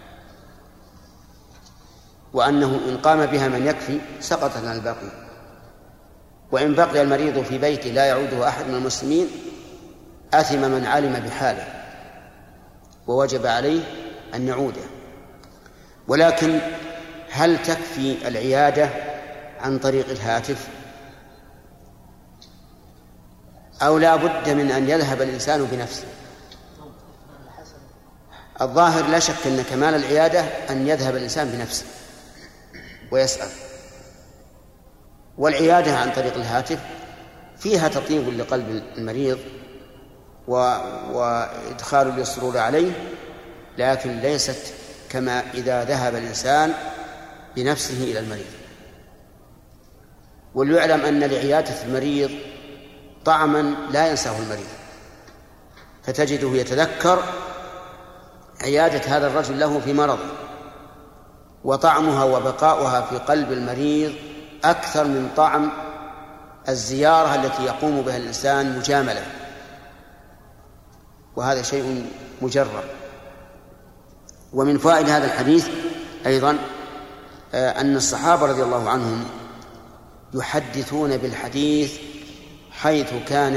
وأنه إن قام بها من يكفي سقطت عن الباقي، وإن بقي المريض في بيته لا يعوده أحد من المسلمين أثم من علم بحاله ووجب عليه أن يعوده. ولكن هل تكفي العيادة عن طريق الهاتف، أو لا بد من أن يذهب الإنسان بنفسه؟ الظاهر لا شك أن كمال العيادة أن يذهب الإنسان بنفسه ويسأل. والعيادة عن طريق الهاتف فيها تطيب لقلب المريض وإدخال السرور عليه، لكن ليست كما إذا ذهب الإنسان بنفسه إلى المريض. وليعلم أن لعيادة المريض طعما لا ينساه المريض، فتجده يتذكر عيادة هذا الرجل له في مرضه، وطعمها وبقاؤها في قلب المريض أكثر من طعم الزيارة التي يقوم بها الإنسان مجاملة، وهذا شيء مجرب. ومن فوائد هذا الحديث أيضا أن الصحابة رضي الله عنهم يحدثون بالحديث حيث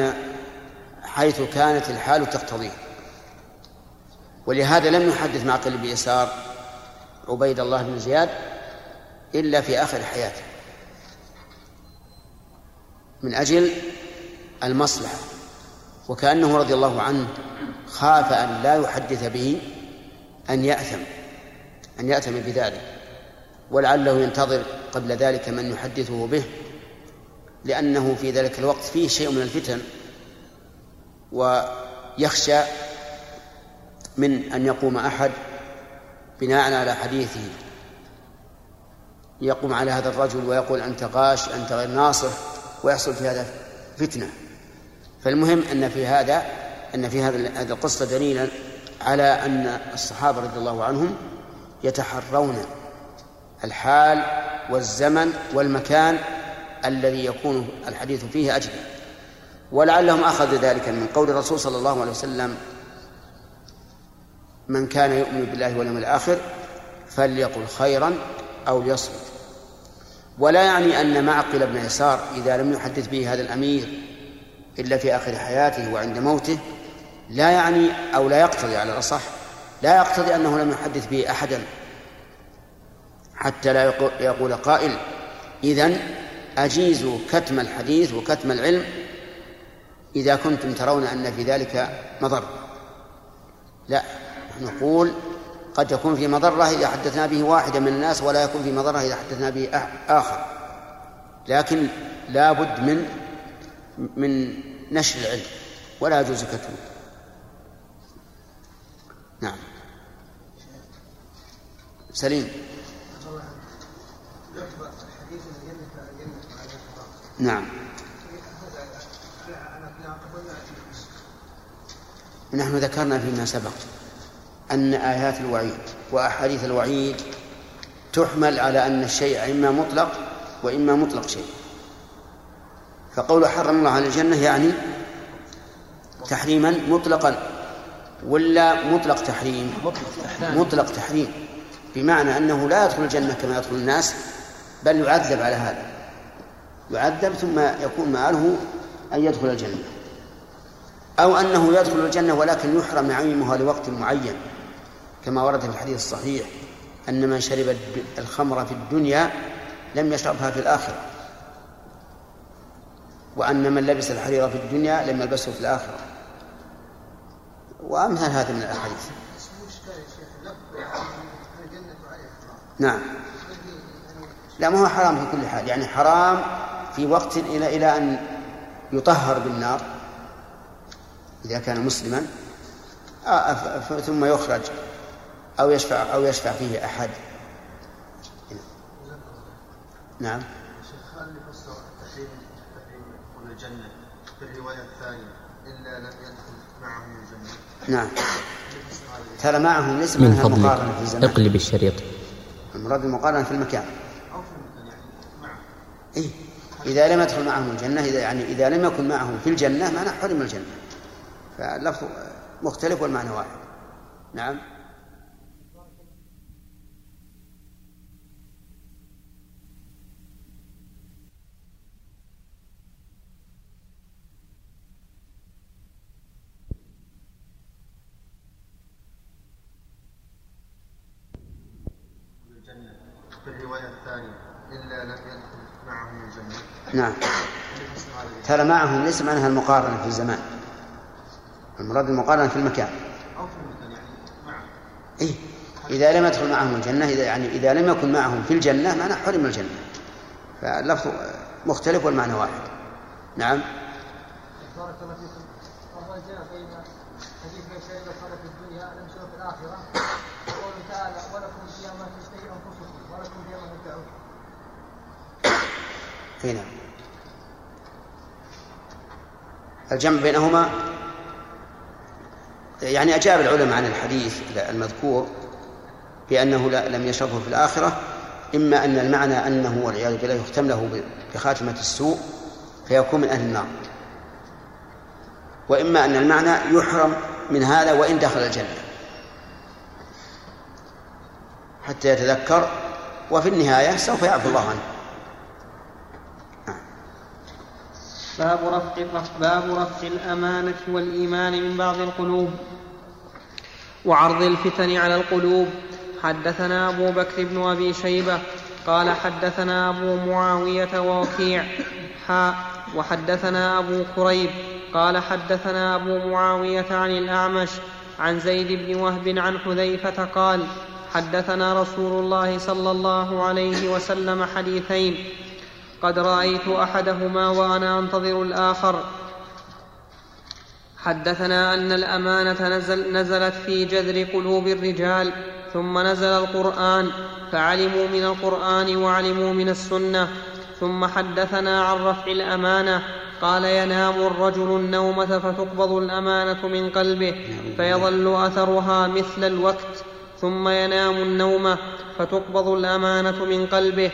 كانت الحال تقتضيه، ولهذا لم يحدث معقل بن يسار عبيد الله بن زياد إلا في آخر حياته من أجل المصلحة، وكأنه رضي الله عنه خاف أن لا يحدث به أن يأثم بذلك، ولعله ينتظر قبل ذلك من يحدثه به، لأنه في ذلك الوقت فيه شيء من الفتن، ويخشى من أن يقوم أحد بناء على حديثه يقوم على هذا الرجل ويقول أنت غاش، أنت غير ناصح، ويحصل في هذا فتنة. فالمهم أن في هذه القصة دليلا على أن الصحابة رضي الله عنهم يتحرون الحال والزمن والمكان الذي يكون الحديث فيه أجل. ولعلهم أخذوا ذلك من قول الرسول صلى الله عليه وسلم من كان يؤمن بالله واليوم الآخر فليقل خيرا أو ليصمت. ولا يعني أن معقل بن يسار إذا لم يحدث به هذا الأمير إلا في آخر حياته وعند موته لا يعني أو لا يقتضي على الأصح لا يقتضي أنه لم يحدث به أحدا، حتى لا يقول قائل إذن أجيزوا كتم الحديث وكتم العلم إذا كنتم ترون أن في ذلك مضر. لا، نقول قد يكون في مضرة إذا حدثنا به واحدا من الناس، ولا يكون في مضرة إذا حدثنا به آخر، لكن لا بد من نشر العلم ولا يجوز كتمه. نعم سليم. نعم نحن ذكرنا فيما سبق أن آيات الوعيد وأحاديث الوعيد تحمل على أن الشيء إما مطلق وإما مطلق شيء. فقول حرم الله على الجنة يعني تحريما مطلقا ولا مطلق تحريم؟ مطلق تحريم، بمعنى أنه لا يدخل الجنة كما يدخل الناس، بل يعذب على هذا، يعذب ثم يكون مآله أن يدخل الجنة، أو أنه يدخل الجنة ولكن يحرم نعيمها لوقت معين، كما ورد في الحديث الصحيح أن من شرب الخمر في الدنيا لم يشربها في الآخرة، وأن من لبس الحرير في الدنيا لم يلبسه في الآخرة، وأمثال هذا من الأحاديث. نعم، لا، ما هو حرام في كل حال، يعني حرام في وقت إلى أن يطهر بالنار إذا كان مسلما، ثم يخرج أو يشفع فيه أحد. نعم. هل يفسر التحريم دخول الجنة في الرواية الثانية إلا لم يدخل معه الجنة؟ نعم، ترى معه ليس منها مقارنة في الزمان. اقلب الشريط. المراد المقارنة في المكان. أو في المكان يعني معه. إيه؟ إذا لم يدخل معه الجنة، إذا لم يكن معه في الجنة معنى حرم الجنة، فاللفظ مختلف والمعنى واحد. نعم. في الرواية الثانية إلا لم يدخل معه الجنة. نعم، ترى معهم ليس معناها المقارنة في الزمان، المراد المقارنة في المكان. أو في المكان يعني معه. إيه؟ إذا لم يدخل معهم الجنة، إذا لم يكن معهم في الجنة معنى حرم الجنة، فاللفظ مختلف والمعنى واحد. نعم. بارك الله فيكم. الله جاء بين حديث من شهد الخير في الدنيا لم يشرب في الآخرة، وقوله تعالى ولكم فيها ما تشتهي أنفسكم ولكم فيها ما تدعون. نعم. الجمع بينهما، يعني أجاب العلماء عن الحديث المذكور بأنه لم يشربه في الآخرة، إما أن المعنى أنه والعياذ بالله يختم له بخاتمة السوء فيكون من أهل النار، وإما أن المعنى يحرم من هذا وإن دخل الجنة حتى يتذكر، وفي النهاية سوف يعفو الله عنه. باب رفع الأمانة والإيمان من بعض القلوب وعرض الفتن على القلوب. حدثنا أبو بكر بن أبي شيبة قال حدثنا أبو معاوية ووكيع وحدثنا أبو كريب قال حدثنا أبو معاوية عن الأعمش عن زيد بن وهب عن حذيفة قال حدثنا رسول الله صلى الله عليه وسلم حديثين قد رأيت أحدهما وأنا أنتظر الآخر. حدثنا أن الأمانة نزلت في جذر قلوب الرجال ثم نزل القرآن فعلموا من القرآن وعلموا من السنة. ثم حدثنا عن رفع الأمانة قال ينام الرجل النومة فتقبض الأمانة من قلبه فيظل أثرها مثل الوقت، ثم ينام النومة فتقبض الأمانة من قلبه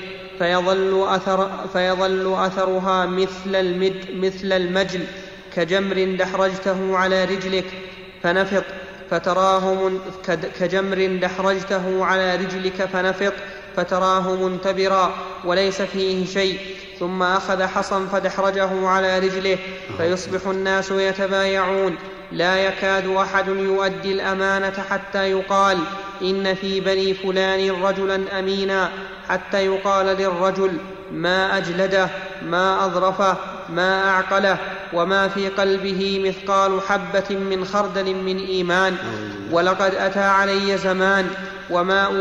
فيظل أثرها مثل المجل كجمر دحرجته على رجلك فنفط فتراه منتبرا وليس فيه شيء، ثم أخذ حصا فدحرجه على رجله فيصبح الناس يتبايعون لا يكاد أحد يؤدي الأمانة حتى يقال إن في بني فلان رجلا أمينا، حتى يقال للرجل ما أجلده ما أظرفه ما أعقله وما في قلبه مثقال حبة من خردل من إيمان. ولقد أتى علي زمان وما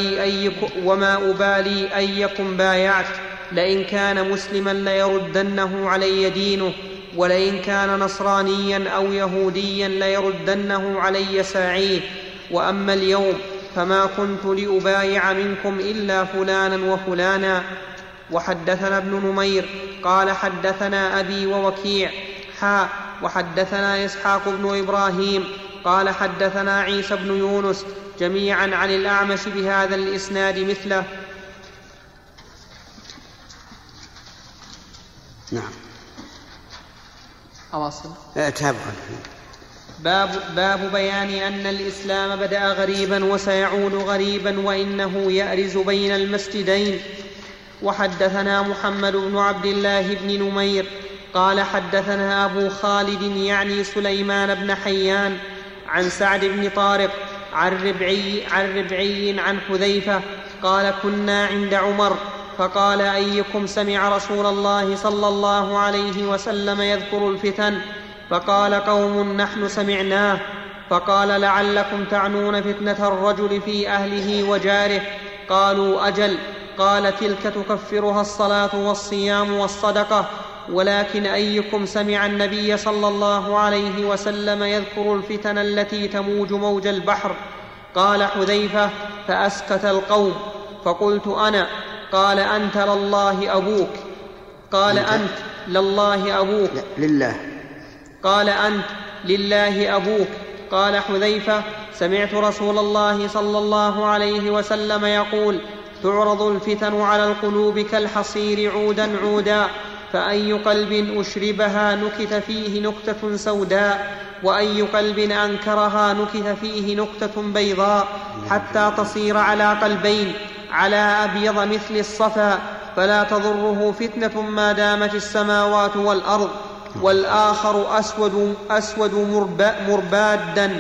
أبالي أيكم بايعت، لئن كان مسلما ليردنه علي دينه، ولئن كان نصرانيا أو يهوديا ليردنه علي ساعيه. وأما اليوم فما كنت لأبايع منكم إلا فلانا وفلانا. وحدثنا ابن نمير قال حدثنا أبي ووكيع وحدثنا إسحاق بن إبراهيم قال حدثنا عيسى بن يونس جميعا عن الأعمش بهذا الإسناد مثله نعم. أواصل. تابع. باب بيان أن الإسلام بدأ غريبا وسيعود غريبا وإنه يأرز بين المسجدين. وحدثنا محمد بن عبد الله بن نمير قال حدثنا أبو خالد يعني سليمان بن حيان عن سعد بن طارق عن ربعي عن حذيفة قال كنا عند عمر فقال أيكم سمع رسول الله صلى الله عليه وسلم يذكر الفتن؟ فقال قوم نحن سمعناه. فقال لعلكم تعنون فتنة الرجل في أهله وجاره. قالوا أجل. قال تلك تكفرها الصلاة والصيام والصدقة. ولكن أيكم سمع النبي صلى الله عليه وسلم يذكر الفتن التي تموج موج البحر؟ قال حذيفة فأسكت القوم. فقلت أنا. قال أنت لله أبوك. قال أنت لله أبوك. لله. قال أنت لله أبوك. قال حذيفة سمعت رسول الله صلى الله عليه وسلم يقول تعرض الفتن على القلوب كالحصير عودا عودا فأي قلب أشربها نكت فيه نكتة سوداء وأي قلب أنكرها نكت فيه نكتة بيضاء حتى تصير على قلبين على أبيض مثل الصفا فلا تضره فتنة ما دامت السماوات والأرض والآخر أسود مربادا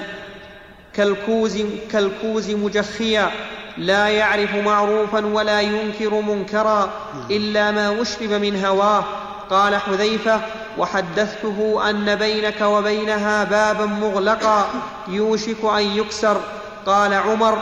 كالكوز مجخيا لا يعرف معروفا ولا ينكر منكرا إلا ما أشرب من هواه. قال حذيفة وحدثته أن بينك وبينها بابا مغلقا يوشك أن يكسر. قال عمر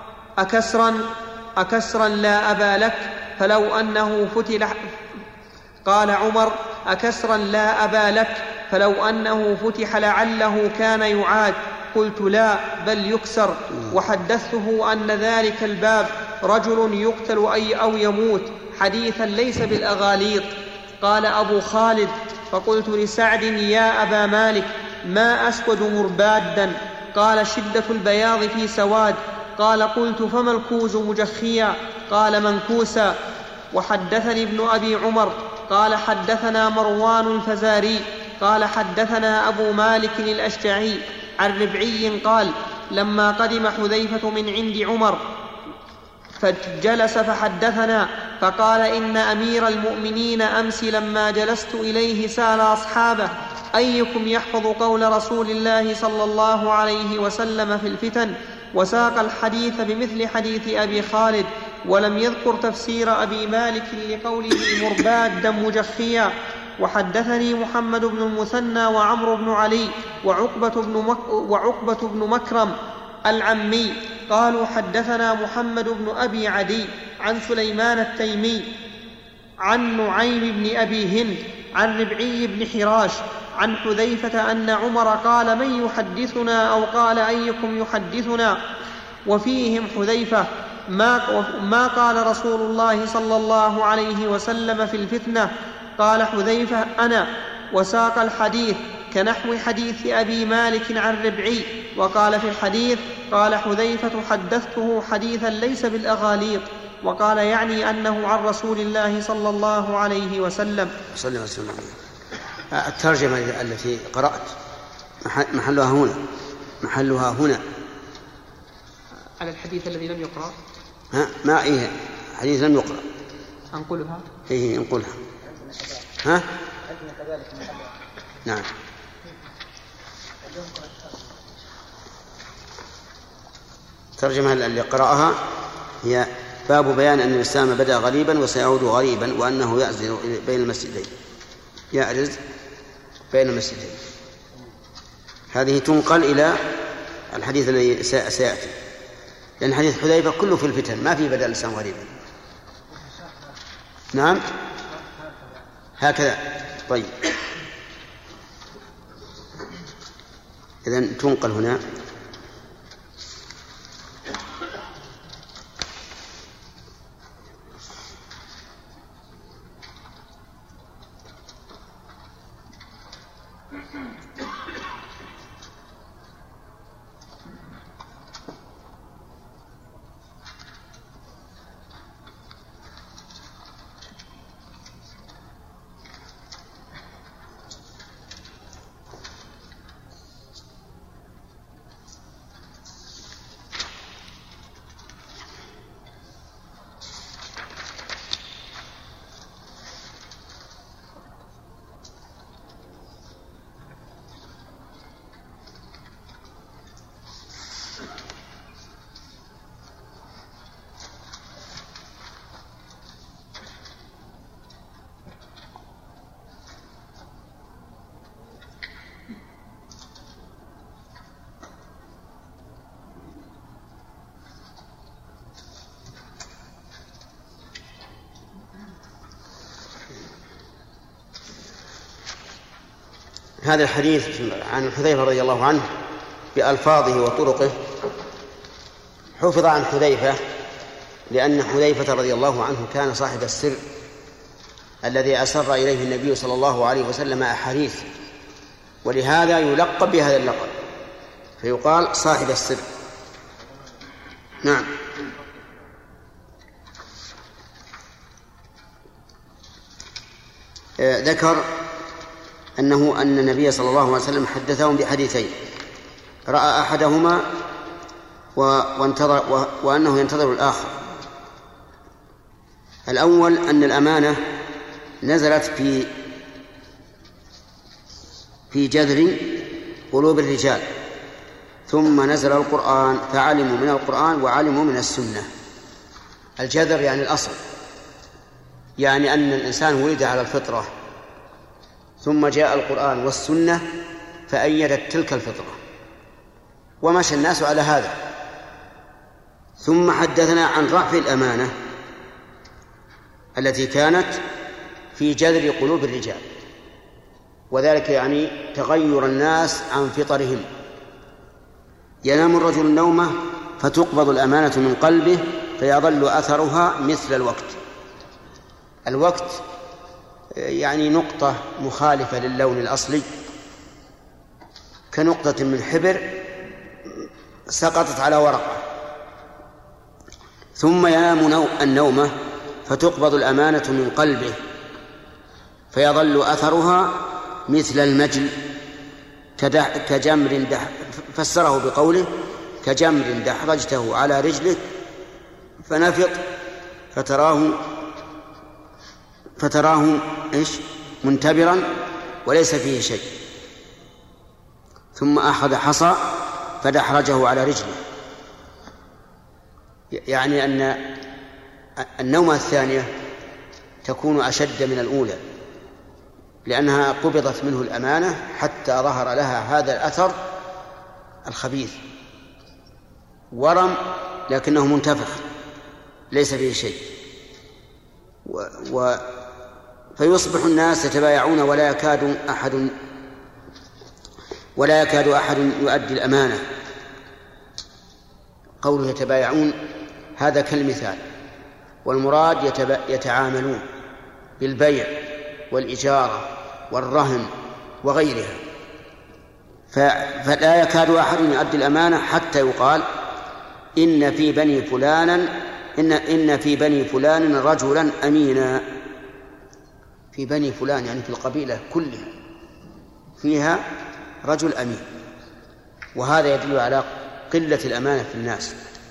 أكسرا لا أبا لك فلو أنه فتح. قال عمر أكسرا لا أبا لك فلو أنه فتح لعله كان يعاد. قلت لا بل يكسر. وحدثته أن ذلك الباب رجل يقتل أو يموت حديثا ليس بالأغاليط. قال أبو خالد فقلت لسعد يا أبا مالك ما أسود مربادا؟ قال شدة البياض في سواد. قال قلت فما الكوز مجخيا؟ قال منكوسا. وحدثني ابن أبي عمر قال حدثنا مروان الفزاري قال حدثنا أبو مالك الأشجعي عن ربعي قال لما قدم حذيفة من عند عمر فجلس فحدثنا فقال إن أمير المؤمنين أمس لما جلست إليه سأل أصحابه أيكم يحفظ قول رسول الله صلى الله عليه وسلم في الفتن؟ وساق الحديث بمثل حديث أبي خالد ولم يذكر تفسير أبي مالك لقوله مربادا مجخيا. وحدثني محمد بن المثنى وعمرو بن علي وعقبة بن مكرم العمي قالوا حدثنا محمد بن أبي عدي عن سليمان التيمي عن نعيم بن أبي هند عن ربعي بن حراش عن حذيفة أن عمر قال من يحدثنا أو قال أيكم يحدثنا وفيهم حذيفة ما قال رسول الله صلى الله عليه وسلم في الفتنة؟ قال حذيفة أنا. وساق الحديث كنحو حديث أبي مالك عن ربعي. وقال في الحديث قال حذيفة حدثته حديثا ليس بالأغاليط. وقال يعني أنه عن رسول الله صلى الله عليه وسلم. الترجمة التي قرأت محلها هنا على الحديث الذي لم يقرأ. ما إيه حديث لم يقرأ أنقلها. إيه انقلها. نعم. الترجمة اللي قرأها هي باب بيان أن الإسلام بدأ غريبا وسيعود غريبا وأنه يعرز بين المسجدين. هذه تنقل إلى الحديث الذي سيأتي لأن حديث حذيفة كله في الفتن ما في بدأ الإسلام غريبا. نعم هكذا. طيب إذن تنقل هنا. هذا الحديث عن حذيفة رضي الله عنه بألفاظه وطرقه حفظ عن حذيفة لأن حذيفة رضي الله عنه كان صاحب السر الذي أسر إليه النبي صلى الله عليه وسلم أحاديث، ولهذا يلقب بهذا اللقب فيقال صاحب السر. نعم. ذكر أن النبي صلى الله عليه وسلم حدثهم بحديثين، رأى أحدهما وأنه ينتظر الآخر. الأول أن الأمانة نزلت في جذر قلوب الرجال، ثم نزل القرآن فعلموا من القرآن وعلموا من السنة. الجذر يعني الأصل، يعني أن الإنسان ولد على الفطرة، ثم جاء القرآن والسنة فأيدت تلك الفطرة ومشى الناس على هذا. ثم حدثنا عن رفع الأمانة التي كانت في جذر قلوب الرجال، وذلك يعني تغير الناس عن فطرهم. ينام الرجل النومة فتقبض الأمانة من قلبه فيظل أثرها مثل الوقت. الوقت يعني نقطة مخالفة للون الأصلي كنقطة من حبر سقطت على ورقة. ثم ينام النومة فتقبض الأمانة من قلبه فيظل أثرها مثل المجل كجمر فسره بقوله كجمر دحرجته على رجلك فنفط فتراه منتبرا وليس فيه شيء. ثم أخذ حصى فدحرجه على رجله، يعني أن النومة الثانية تكون أشد من الأولى لأنها قبضت منه الأمانة حتى ظهر لها هذا الأثر الخبيث، ورم لكنه منتفخ ليس فيه شيء. فيصبح الناس يتبايعون ولا يكاد أحد يؤدي الأمانة. قوله يتبايعون هذا كالمثال، والمراد يتعاملون بالبيع والإجارة والرهن وغيرها، فلا يكاد أحد يؤدي الأمانة حتى يقال إن في بني فلان رجلا أمينا. في بني فلان يعني في القبيلة كلها فيها رجل أمين، وهذا يدل على قلة الأمانة في الناس،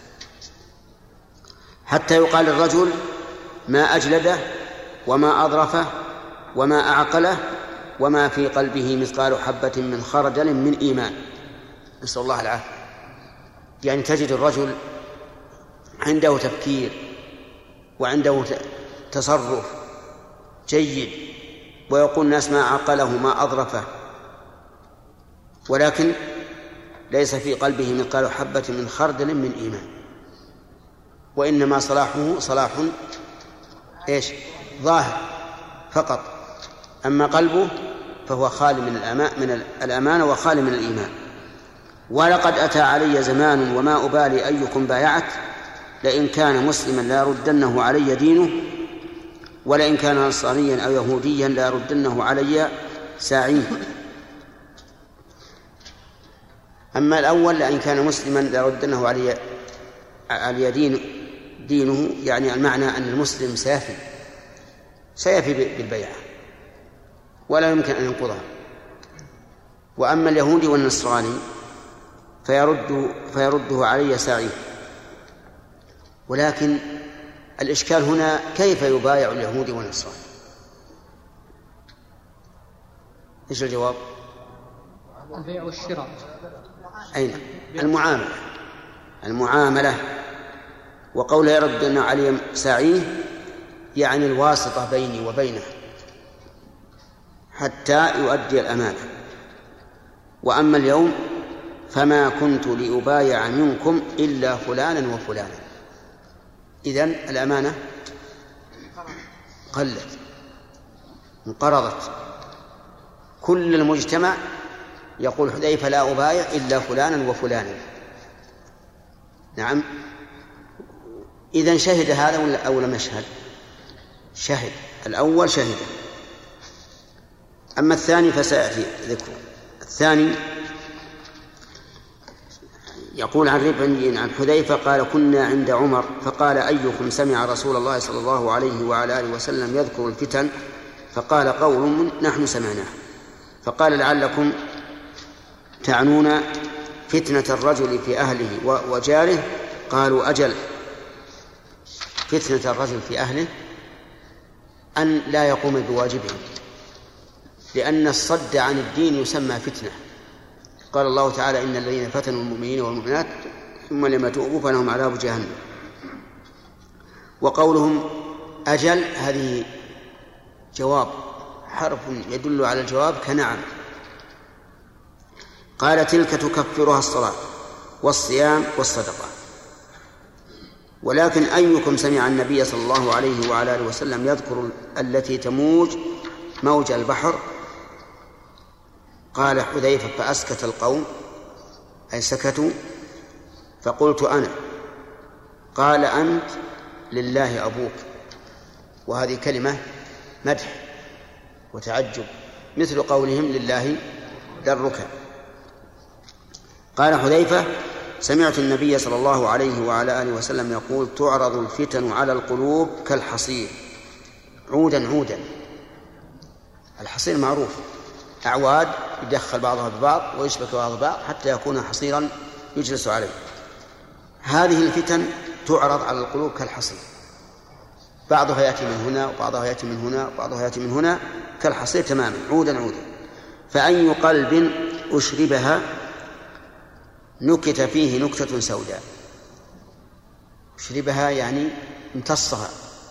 حتى يقال الرجل ما أجلده وما أظرفه وما أعقله وما في قلبه مثقال حبة من خردل من إيمان. نسأل الله العافية. يعني تجد الرجل عنده تفكير وعنده تصرف جيد، ويقول الناس ما عقله ما أظرفه، ولكن ليس في قلبه مثقال حبة من خردل من إيمان، وإنما صلاحه صلاح ظاهر فقط، أما قلبه فهو خالي من الأمانة وخالي من الإيمان. ولقد أتى علي زمان وما أبالي أيكم بايعت، لئن كان مسلما لا يردنه علي دينه، ولئن كان نصرانيا أو يهوديا لا يردنه علي ساعيه. أما الأول لئن كان مسلما لا يردنه علي دينه، يعني المعنى أن المسلم سيفي بالبيعة ولا يمكن أن ينقضها. وأما اليهودي والنصراني فيرده علي ساعيه. ولكن الإشكال هنا كيف يبايع اليهودي والنصراني؟ إيش الجواب؟ البيع والشراء. أين؟ المعاملة. وقول يردنا علي ساعيه يعني الواسطة بيني وبينه حتى يؤدي الأمانة. وأما اليوم فما كنت لأبايع منكم إلا فلانا وفلانا. إذن الأمانة قلت انقرضت كل المجتمع يقول حذيفة لا أبايع إلا فلانا وفلانا. نعم. إذن شهد هذا أو لم يشهد؟ شهد. الأول شهد. أما الثاني فسيأتي ذكره. الثاني يقول عن ربعي عن حذيفة قال كنا عند عمر فقال أيكم سمع رسول الله صلى الله عليه وعلى آله وسلم يذكر الفتن؟ فقال قول نحن سمعناه. فقال لعلكم تعنون فتنة الرجل في أهله وجاره؟ قالوا أجل. فتنة الرجل في أهله أن لا يقوم بواجبه، لأن الصد عن الدين يسمى فتنة. قال الله تعالى إن الذين فتنوا المؤمنين والمؤمنات ثم لم يتوبوا فلهم عذاب جهنم. وقولهم أجل هذه جواب، حرف يدل على الجواب كنعم. قال تلك تكفرها الصلاة والصيام والصدقة. ولكن أيكم سمع النبي صلى الله عليه وعلى آله وسلم يذكر التي تموج موج البحر؟ قال حذيفة فأسكت القوم، أي سكتوا، فقلت أنا. قال أنت لله أبوك. وهذه كلمة مدح وتعجب، مثل قولهم لله درك. قال حذيفة سمعت النبي صلى الله عليه وعلى آله وسلم يقول تعرض الفتن على القلوب كالحصير عودا عودا. الحصير معروف، أعواد يدخل بعضها ببعض ويشبك بعضها ببعض حتى يكون حصيرا يجلس عليه. هذه الفتن تعرض على القلوب كالحصير، بعضها يأتي من هنا وبعضها يأتي من هنا وبعضها يأتي من هنا، كالحصير تماما عودا عودا. فأي قلب أشربها نكت فيه نكتة سوداء. أشربها يعني امتصها،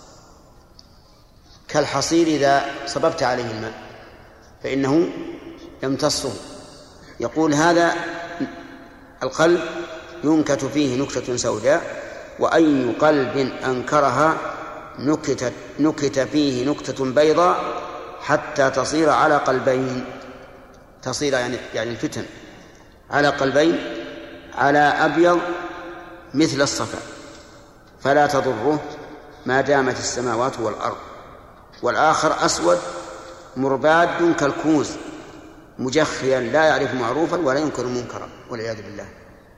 كالحصير إذا صببت عليه الماء فإنه يمتصه. يقول هذا القلب ينكت فيه نكتة سوداء. وأي قلب أنكرها نكت فيه نكتة بيضاء حتى تصير على قلبين. تصير يعني الفتن على قلبين، على أبيض مثل الصفا فلا تضره ما دامت السماوات والأرض، والآخر أسود مرباد كالكوز مجخيا لا يعرف معروفا ولا ينكر منكرا والعياذ بالله.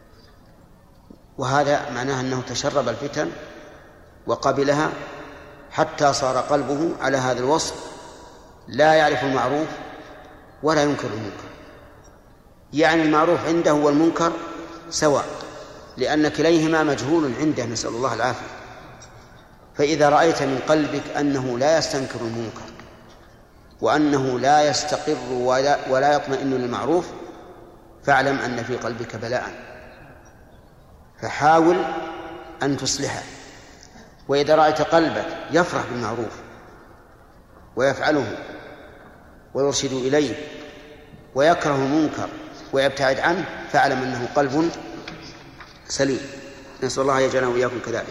وهذا معناه أنه تشرب الفتن وقبلها حتى صار قلبه على هذا الوصف، لا يعرف المعروف ولا ينكر المنكر. يعني المعروف عنده والمنكر سواء، لأن كليهما مجهول عنده، نسأل الله العافية. فإذا رأيت من قلبك أنه لا يستنكر المنكر وأنه لا يستقر ولا يطمئن للمعروف فاعلم أن في قلبك بلاء، فحاول أن تصلحه. وإذا رأيت قلبك يفرح بالمعروف ويفعله ويرشد إليه ويكره المنكر ويبتعد عنه فاعلم أنه قلب سليم. نسأل الله يجعلنا وإياكم كذلك.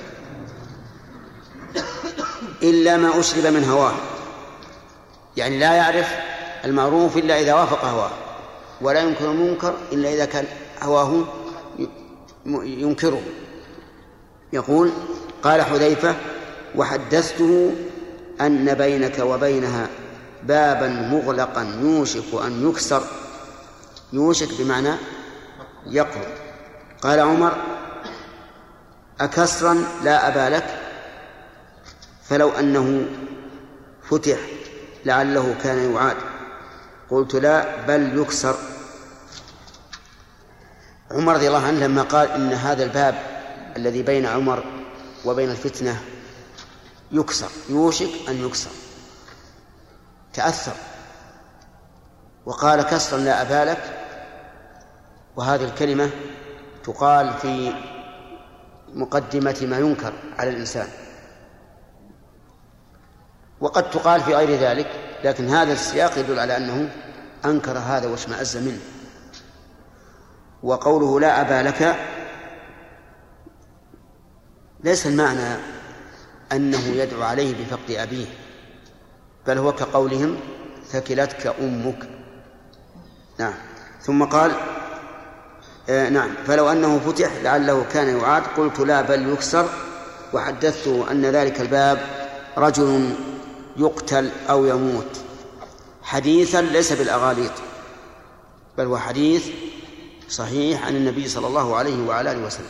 إلا ما أشرب من هواه، يعني لا يعرف المعروف إلا إذا وافق هواه، ولا ينكر المنكر إلا إذا كان هواه ينكره. يقول قال حذيفة وحدثته أن بينك وبينها بابا مغلقا يوشك أن يكسر. يوشك بمعنى يقرب. قال عمر أكسرا لا أبا لك؟ فلو أنه فتح لعله كان يعاد. قلت لا بل يكسر. عمر رضي الله عنه لما قال إن هذا الباب الذي بين عمر وبين الفتنة يكسر، يوشك أن يكسر، تأثر وقال كسرا لا أبا لك. وهذه الكلمة تقال في مقدمة ما ينكر على الإنسان، وقد تقال في غير ذلك، لكن هذا السياق يدل على أنه أنكر هذا واشمأز منه. وقوله لا أبا لك ليس المعنى أنه يدعو عليه بفقد أبيه، بل هو كقولهم ثكلتك أمك، نعم. ثم قال نعم فلو أنه فتح لعله كان يعاد قلت لا بل يكسر، وحدثته أن ذلك الباب رجل يقتل أو يموت، حديثا ليس بالأغاليط بل هو حديث صحيح عن النبي صلى الله عليه وعلى آله وسلم.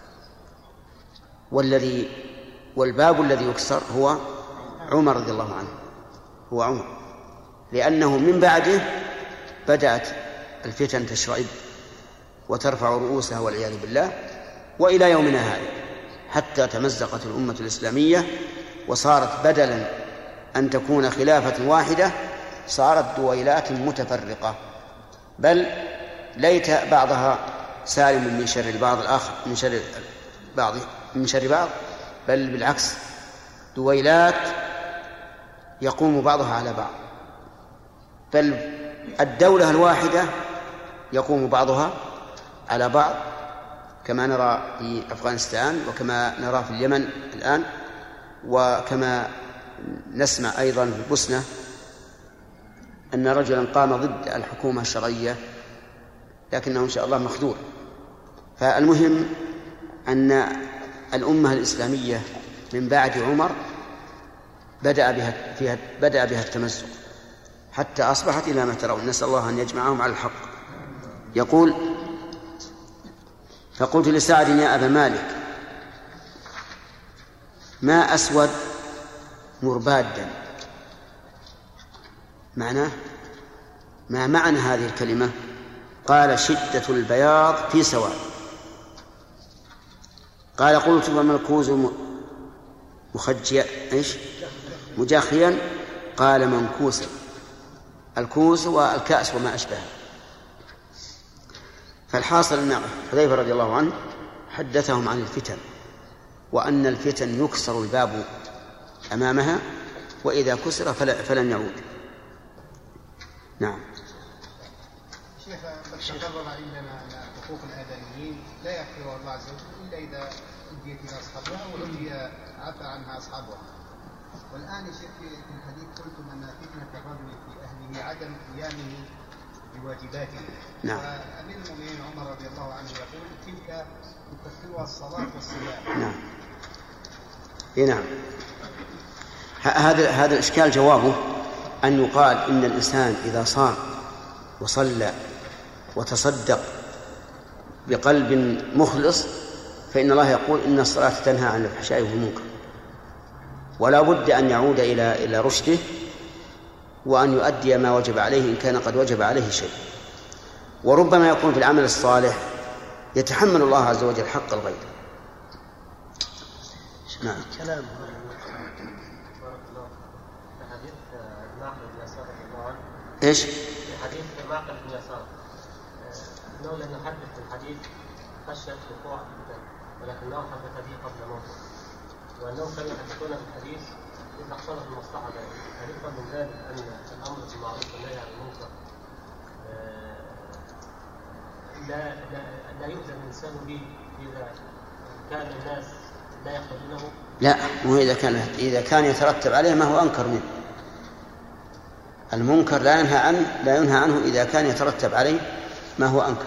والباب الذي يكسر هو عمر رضي الله عنه، هو عمر، لأنه من بعده بدأت الفتن تشرعب وترفع رؤوسها والعياذ بالله، وإلى يومنا هذا حتى تمزقت الأمة الإسلامية وصارت بدلا أن تكون خلافة واحدة صارت دويلات متفرقة، بل ليت بعضها سالم من شر البعض الآخر من شر بعض، بل بالعكس دويلات يقوم بعضها على بعض، بل الدولة الواحدة يقوم بعضها على بعض كما نرى في أفغانستان وكما نرى في اليمن الآن، وكما نسمع أيضا في البوسنة أن رجلا قام ضد الحكومة الشرعية لكنه إن شاء الله مخذول. فالمهم أن الأمة الإسلامية من بعد عمر بدأ بها التمزق حتى أصبحت إلى ما ترون، نسأل الله أن يجمعهم على الحق. يقول فقلت لسعد يا أبا مالك ما أسود مربادا، معناه ما معنى هذه الكلمة؟ قال شدة البياض في سواد. قال قلت وما الكوز مخجيا مجاخيا؟ قال منكوسا، الكوز والكأس وما أشبهه. فالحاصل أن حذيفة رضي الله عنه حدثهم عن الفتن، وأن الفتن يكسر الباب أمامها، وإذا كسر فلن يعود. نعم. شيخ تقرر عندنا حقوق الآدميين لا يغفرها الله عز وجل إلا إذا أديت إلى أصحابها والتي عفى عنها أصحابها. والآن يا شيخ في الحديث قلتم أن فتنة الرجل في أهله عدم قيامه بواجباته. نعم. وأمير المؤمنين عمر رضي الله عنه يقول تلك تكفرها الصلاة والصيام. نعم. نعم. هذا الإشكال جوابه أن يقال إن الإنسان إذا صام وصلى وتصدق بقلب مخلص فإن الله يقول إن الصلاة تنهى عن الفحشاء والمنكر، ولا بد أن يعود إلى رشده وأن يؤدي ما وجب عليه إن كان قد وجب عليه شيء. وربما يكون في العمل الصالح يتحمل الله عز وجل حق الغير. نعم. كلام إيش؟ حديث معقل بن يسار لولا أن نحدث الحديث خشية وقوع الفتن، ولكنه حدث به قبل موته، وأنهم كانوا يحدثون بالحديث إذا حصلت المصلحة ذلك. هل من ذلك أن الأمر بالمعروف والنهي عن المنكر لا يؤذى الإنسان به إذا كان الناس لا يقبلونه؟ لا، مو إذا كان يترتب عليه ما هو أنكر منه. المنكر لا ينهى عنه إذا كان يترتب عليه ما هو أنكر.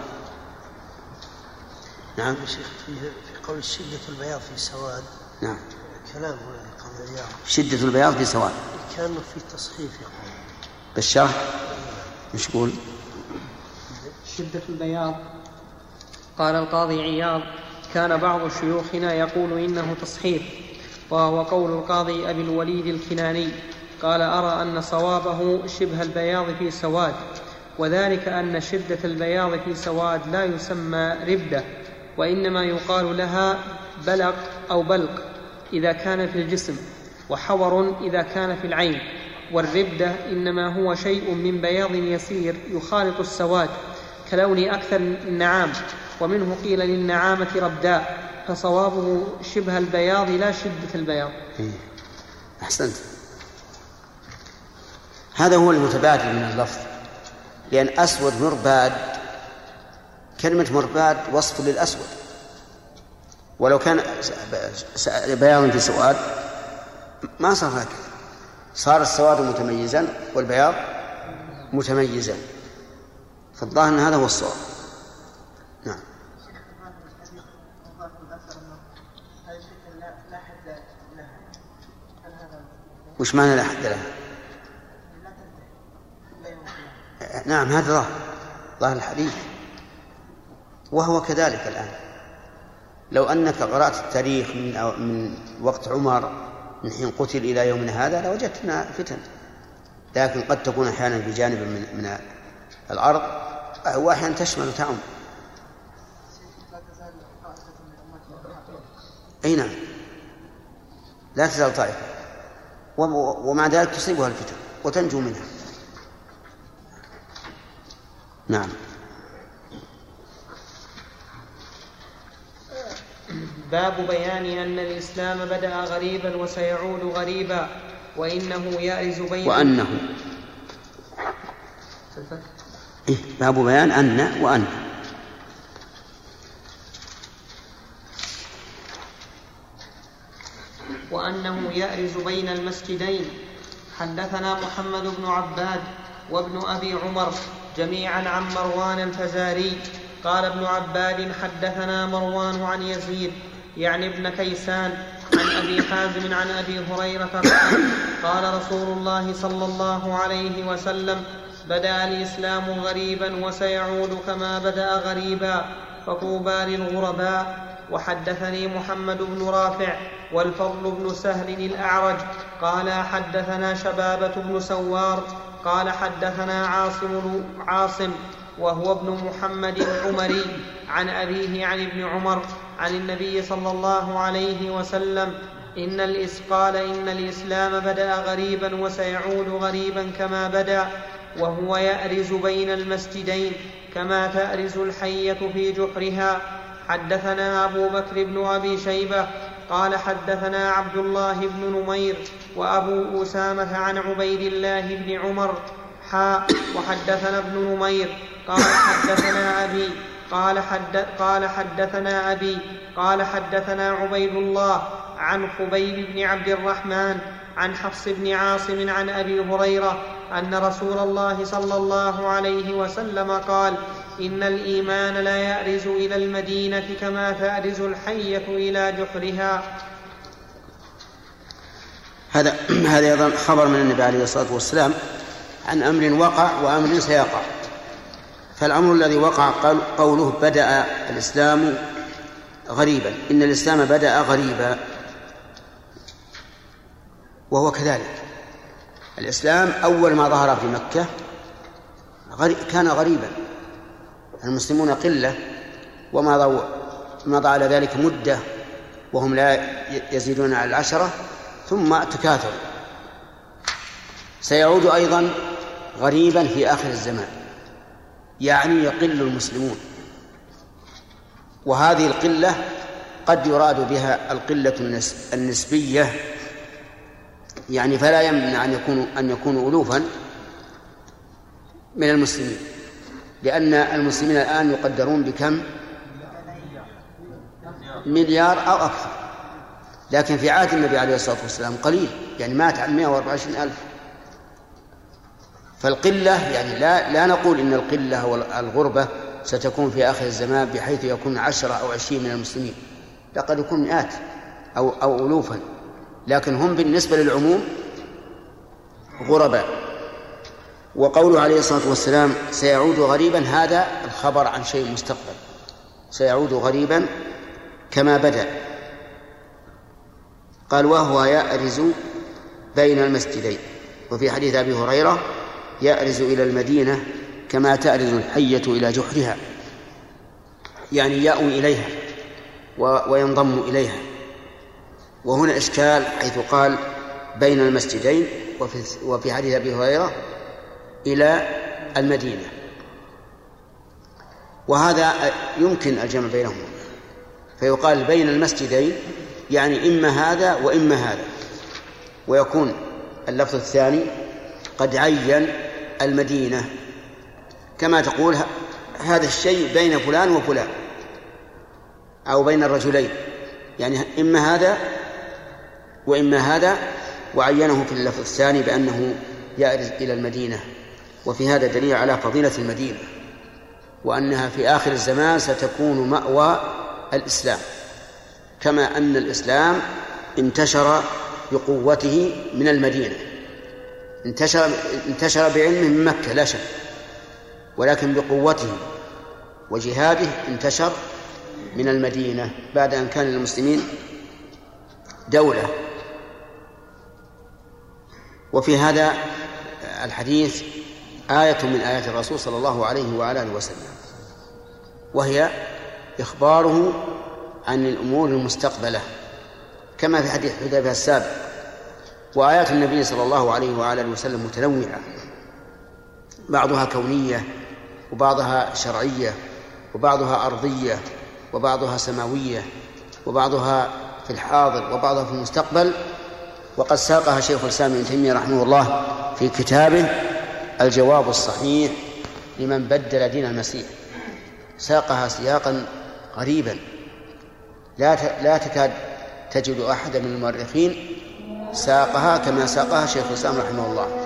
نعم. في قول شدة البياض في سواد. نعم. كلام هنا قول الرياض شدة البياض في سواد كانوا في تصحيف يقول بالشرح. مش يقول شدة البياض؟ قال القاضي عياض كان بعض شيوخنا يقول إنه تصحيف، وهو قول القاضي أبي الوليد الكناني. قال أرى أن صوابه شبه البياض في سواد، وذلك أن شدة البياض في سواد لا يسمى ربدة، وإنما يقال لها بلق أو بلق إذا كان في الجسم، وحور إذا كان في العين. والربدة إنما هو شيء من بياض يسير يخالط السواد كلون أكثر النعام، ومنه قيل للنعامة ربداء، فصوابه شبه البياض لا شدة البياض. أحسنت. هذا هو المتبادل من اللفظ، لأن أسود مرباد، كلمة مرباد وصف للأسود، ولو كان بياض في سواد ما صار هكذا، صار السواد متميزا والبياض متميزا. فالظاهر أن هذا هو الصواب. نعم. وش معنى لا حد لها؟ نعم هذا ظاهر الحديث، وهو كذلك الآن. لو أنك قرأت التاريخ من وقت عمر من حين قتل إلى يومنا هذا لوجدتنا فتن، لكن قد تكون أحيانا بجانب من الأرض وأحيانا تشمل وتعم. أي نعم، لا تزال طائفة، ومع ذلك تصيبها الفتن وتنجو منها. نعم. باب بيان أن الإسلام بدأ غريبا وسيعود غريبا، وإنه يأرز بين باب بيان أن وأنه يأرز بين المسجدين. حدثنا محمد بن عباد وابن أبي عمر جميعا عن مروان الفزاري قال ابن عباد حدثنا مروان عن يزيد يعني ابن كيسان عن أبي حازم عن أبي هريرة قال رسول الله صلى الله عليه وسلم: بدأ الإسلام غريبا وسيعود كما بدأ غريبا، فطوبى للغرباء. وحدثني محمد بن رافع والفضل بن سهل الأعرج قال حدثنا شبابة بن سوار قال حدثنا عاصم وهو ابن محمد العمري عن أبيه عن ابن عمر عن النبي صلى الله عليه وسلم إن الإسلام بدأ غريبا وسيعود غريبا كما بدأ، وهو يأرز بين المسجدين كما تأرز الحية في جحرها. حدثنا أبو بكر بن أبي شيبة قال حدثنا عبد الله بن نمير وأبو أسامة عن عبيد الله بن عمر وحدثنا ابن نمير قال حدثنا أبي قال حدثنا عبيد الله عن خبيب بن عبد الرحمن عن حفص بن عاصم عن أبي هريرة أن رسول الله صلى الله عليه وسلم قال: إن الإيمان لا يأرز إلى المدينة كما تأرز الحية إلى جحرها. هذا أيضا خبر من النبي عليه الصلاة والسلام عن أمر وقع وأمر سيقع. فالأمر الذي وقع قوله بدأ الإسلام غريبا، إن الإسلام بدأ غريبا، وهو كذلك. الإسلام أول ما ظهر في مكة كان غريبا، المسلمون قلة ومضى على ذلك مدة وهم لا يزيدون على 10 ثم تكاثر. سيعود أيضا غريبا في آخر الزمان، يعني يقل المسلمون، وهذه القلة قد يراد بها القلة النسبية، يعني فلا يمنع أن يكونوا ألوفا من المسلمين، لأن المسلمين الآن يقدرون بكم؟ مليار أو أكثر، لكن في عهد النبي عليه الصلاة والسلام قليل، يعني مات عن 124,000. فالقلة يعني لا نقول إن القلة والغربة ستكون في آخر الزمان بحيث يكون 10 أو 20 من المسلمين، لقد يكون مئات أو ألوفا، لكن هم بالنسبة للعموم غرباء. وقوله عليه الصلاة والسلام سيعود غريبا، هذا الخبر عن شيء مستقبل، سيعود غريبا كما بدأ. قال: وهو يأرز بين المسجدين. وفي حديث أبي هريرة: يأرز إلى المدينة كما تأرز الحية إلى جحرها، يعني يأوي إليها وينضم إليها. وهنا إشكال حيث قال بين المسجدين، وفي حديث أبي هريرة إلى المدينة، وهذا يمكن الجمع بينهما، فيقال بين المسجدين يعني إما هذا وإما هذا، ويكون اللفظ الثاني قد عين المدينة، كما تقول هذا الشيء بين فلان وفلان أو بين الرجلين، يعني إما هذا وإما هذا، وعينه في اللفظ الثاني بأنه يأرز إلى المدينة. وفي هذا دليل على فضيلة المدينة، وأنها في آخر الزمان ستكون مأوى الإسلام، كما أن الإسلام انتشر بقوته من المدينة، انتشر بعلمه من مكة لا شك، ولكن بقوته وجهاده انتشر من المدينة بعد أن كان للمسلمين دولة. وفي هذا الحديث آية من آيات الرسول صلى الله عليه وعلى آله وسلم، وهي إخباره عن الأمور المستقبلة كما في حديث حذيفة السابق. وآيات النبي صلى الله عليه وعلى آله وسلم متنوعة، بعضها كونية وبعضها شرعية وبعضها أرضية وبعضها سماوية وبعضها في الحاضر وبعضها في المستقبل. وقد ساقها شيخ الإسلام ابن تيمية رحمه الله في كتابه الجواب الصحيح لمن بدل دين المسيح، ساقها سياقا غريبا لا تكاد تجد أحد من المؤرخين ساقها كما ساقها شيخ الإسلام رحمه الله.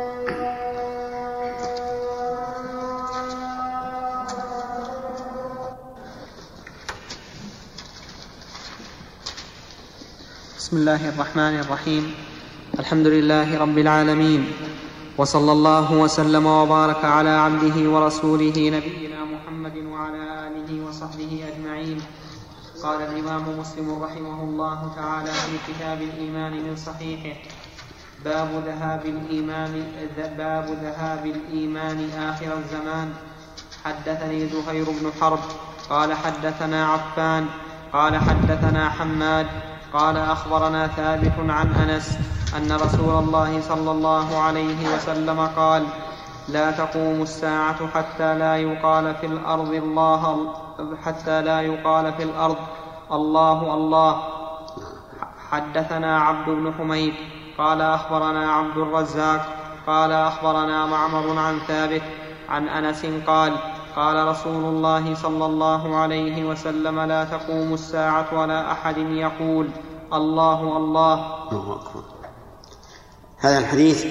بسم الله الرحمن الرحيم. الحمد لله رب العالمين، وصلى الله وسلم وبارك على عبده ورسوله نبينا محمد وعلى آله وصحبه أجمعين. قال الإمام مسلم رحمه الله تعالى في كتاب الإيمان من صحيحه: باب ذهاب الإيمان آخر الزمان. حدثني زهير بن حرب قال حدثنا عفان قال حدثنا حماد قال أخبرنا ثابت عن أنس أن رسول الله صلى الله عليه وسلم قال: لا تقوم الساعة حتى لا يقال في الأرض الله الله. حدثنا عبد بن حميد قال أخبرنا عبد الرزاق قال أخبرنا معمر عن ثابت عن أنس قال: قال رسول الله صلى الله عليه وسلم: لا تقوم الساعة ولا أحد يقول الله الله. هذا الحديث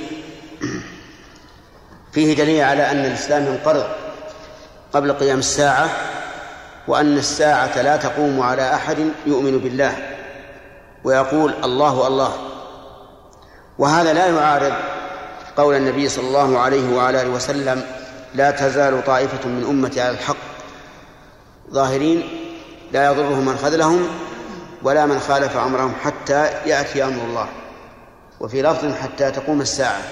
فيه دليل على أن الإسلام ينقرض قبل قيام الساعة، وأن الساعة لا تقوم على أحد يؤمن بالله ويقول الله الله. وهذا لا يعارض قول النبي صلى الله عليه وعلى آله وسلم: لا تزال طائفة من أمتي على الحق ظاهرين لا يضرهم من خذلهم ولا من خالف أمرهم حتى يأتي أمر الله. وفي لفظ: حتى تقوم الساعة.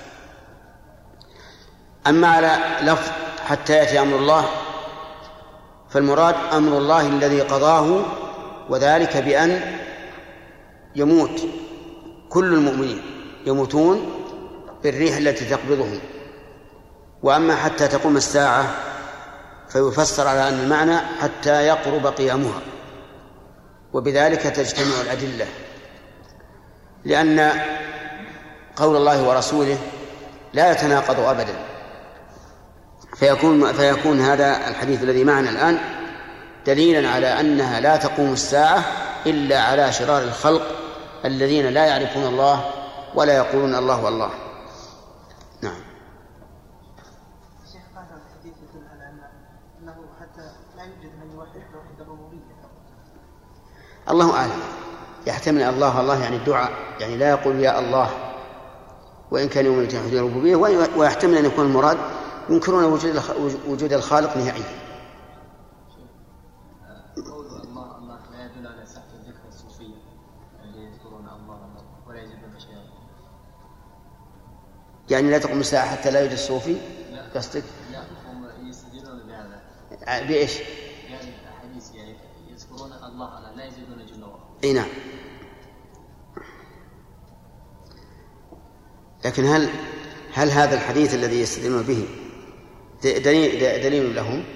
أما على لفظ حتى يأتي أمر الله فالمراد أمر الله الذي قضاه، وذلك بأن يموت كل المؤمنين، يموتون بالريح التي تقبضهم. وأما حتى تقوم الساعة فيفسر على أن المعنى حتى يقرب قيامها، وبذلك تجتمع الأدلة، لأن قول الله ورسوله لا يتناقض أبدا، فيكون هذا الحديث الذي معنا الآن دليلا على أنها لا تقوم الساعة إلا على شرار الخلق الذين لا يعرفون الله ولا يقولون الله والله. نعم. شيخ هذا الحديث يدل على أنه حتى لا يوجد من يوحد الربوبية. الله أعلم، يحتمل الله الله يعني الدعاء، يعني لا يقول يا الله وإن كان يؤمن بتوحيد الربوبية، ويحتمل أن يكون المراد ينكرون وجود الخالق نهائيا. قول الله الله لا يدل على صحة الذكر الصوفية الذين يذكرون الله الله ولا يزيدون شيئا. يعني لا تقوم الساعة حتى لا يوجد صوفي؟ قصدك؟ لا، هم يستدلون بهذا. بإيش؟ يعني حديث يعني يذكرون الله لا يزيدون جنوه. اي نعم. لكن هل هذا الحديث الذي يستدلون به دليل لهم؟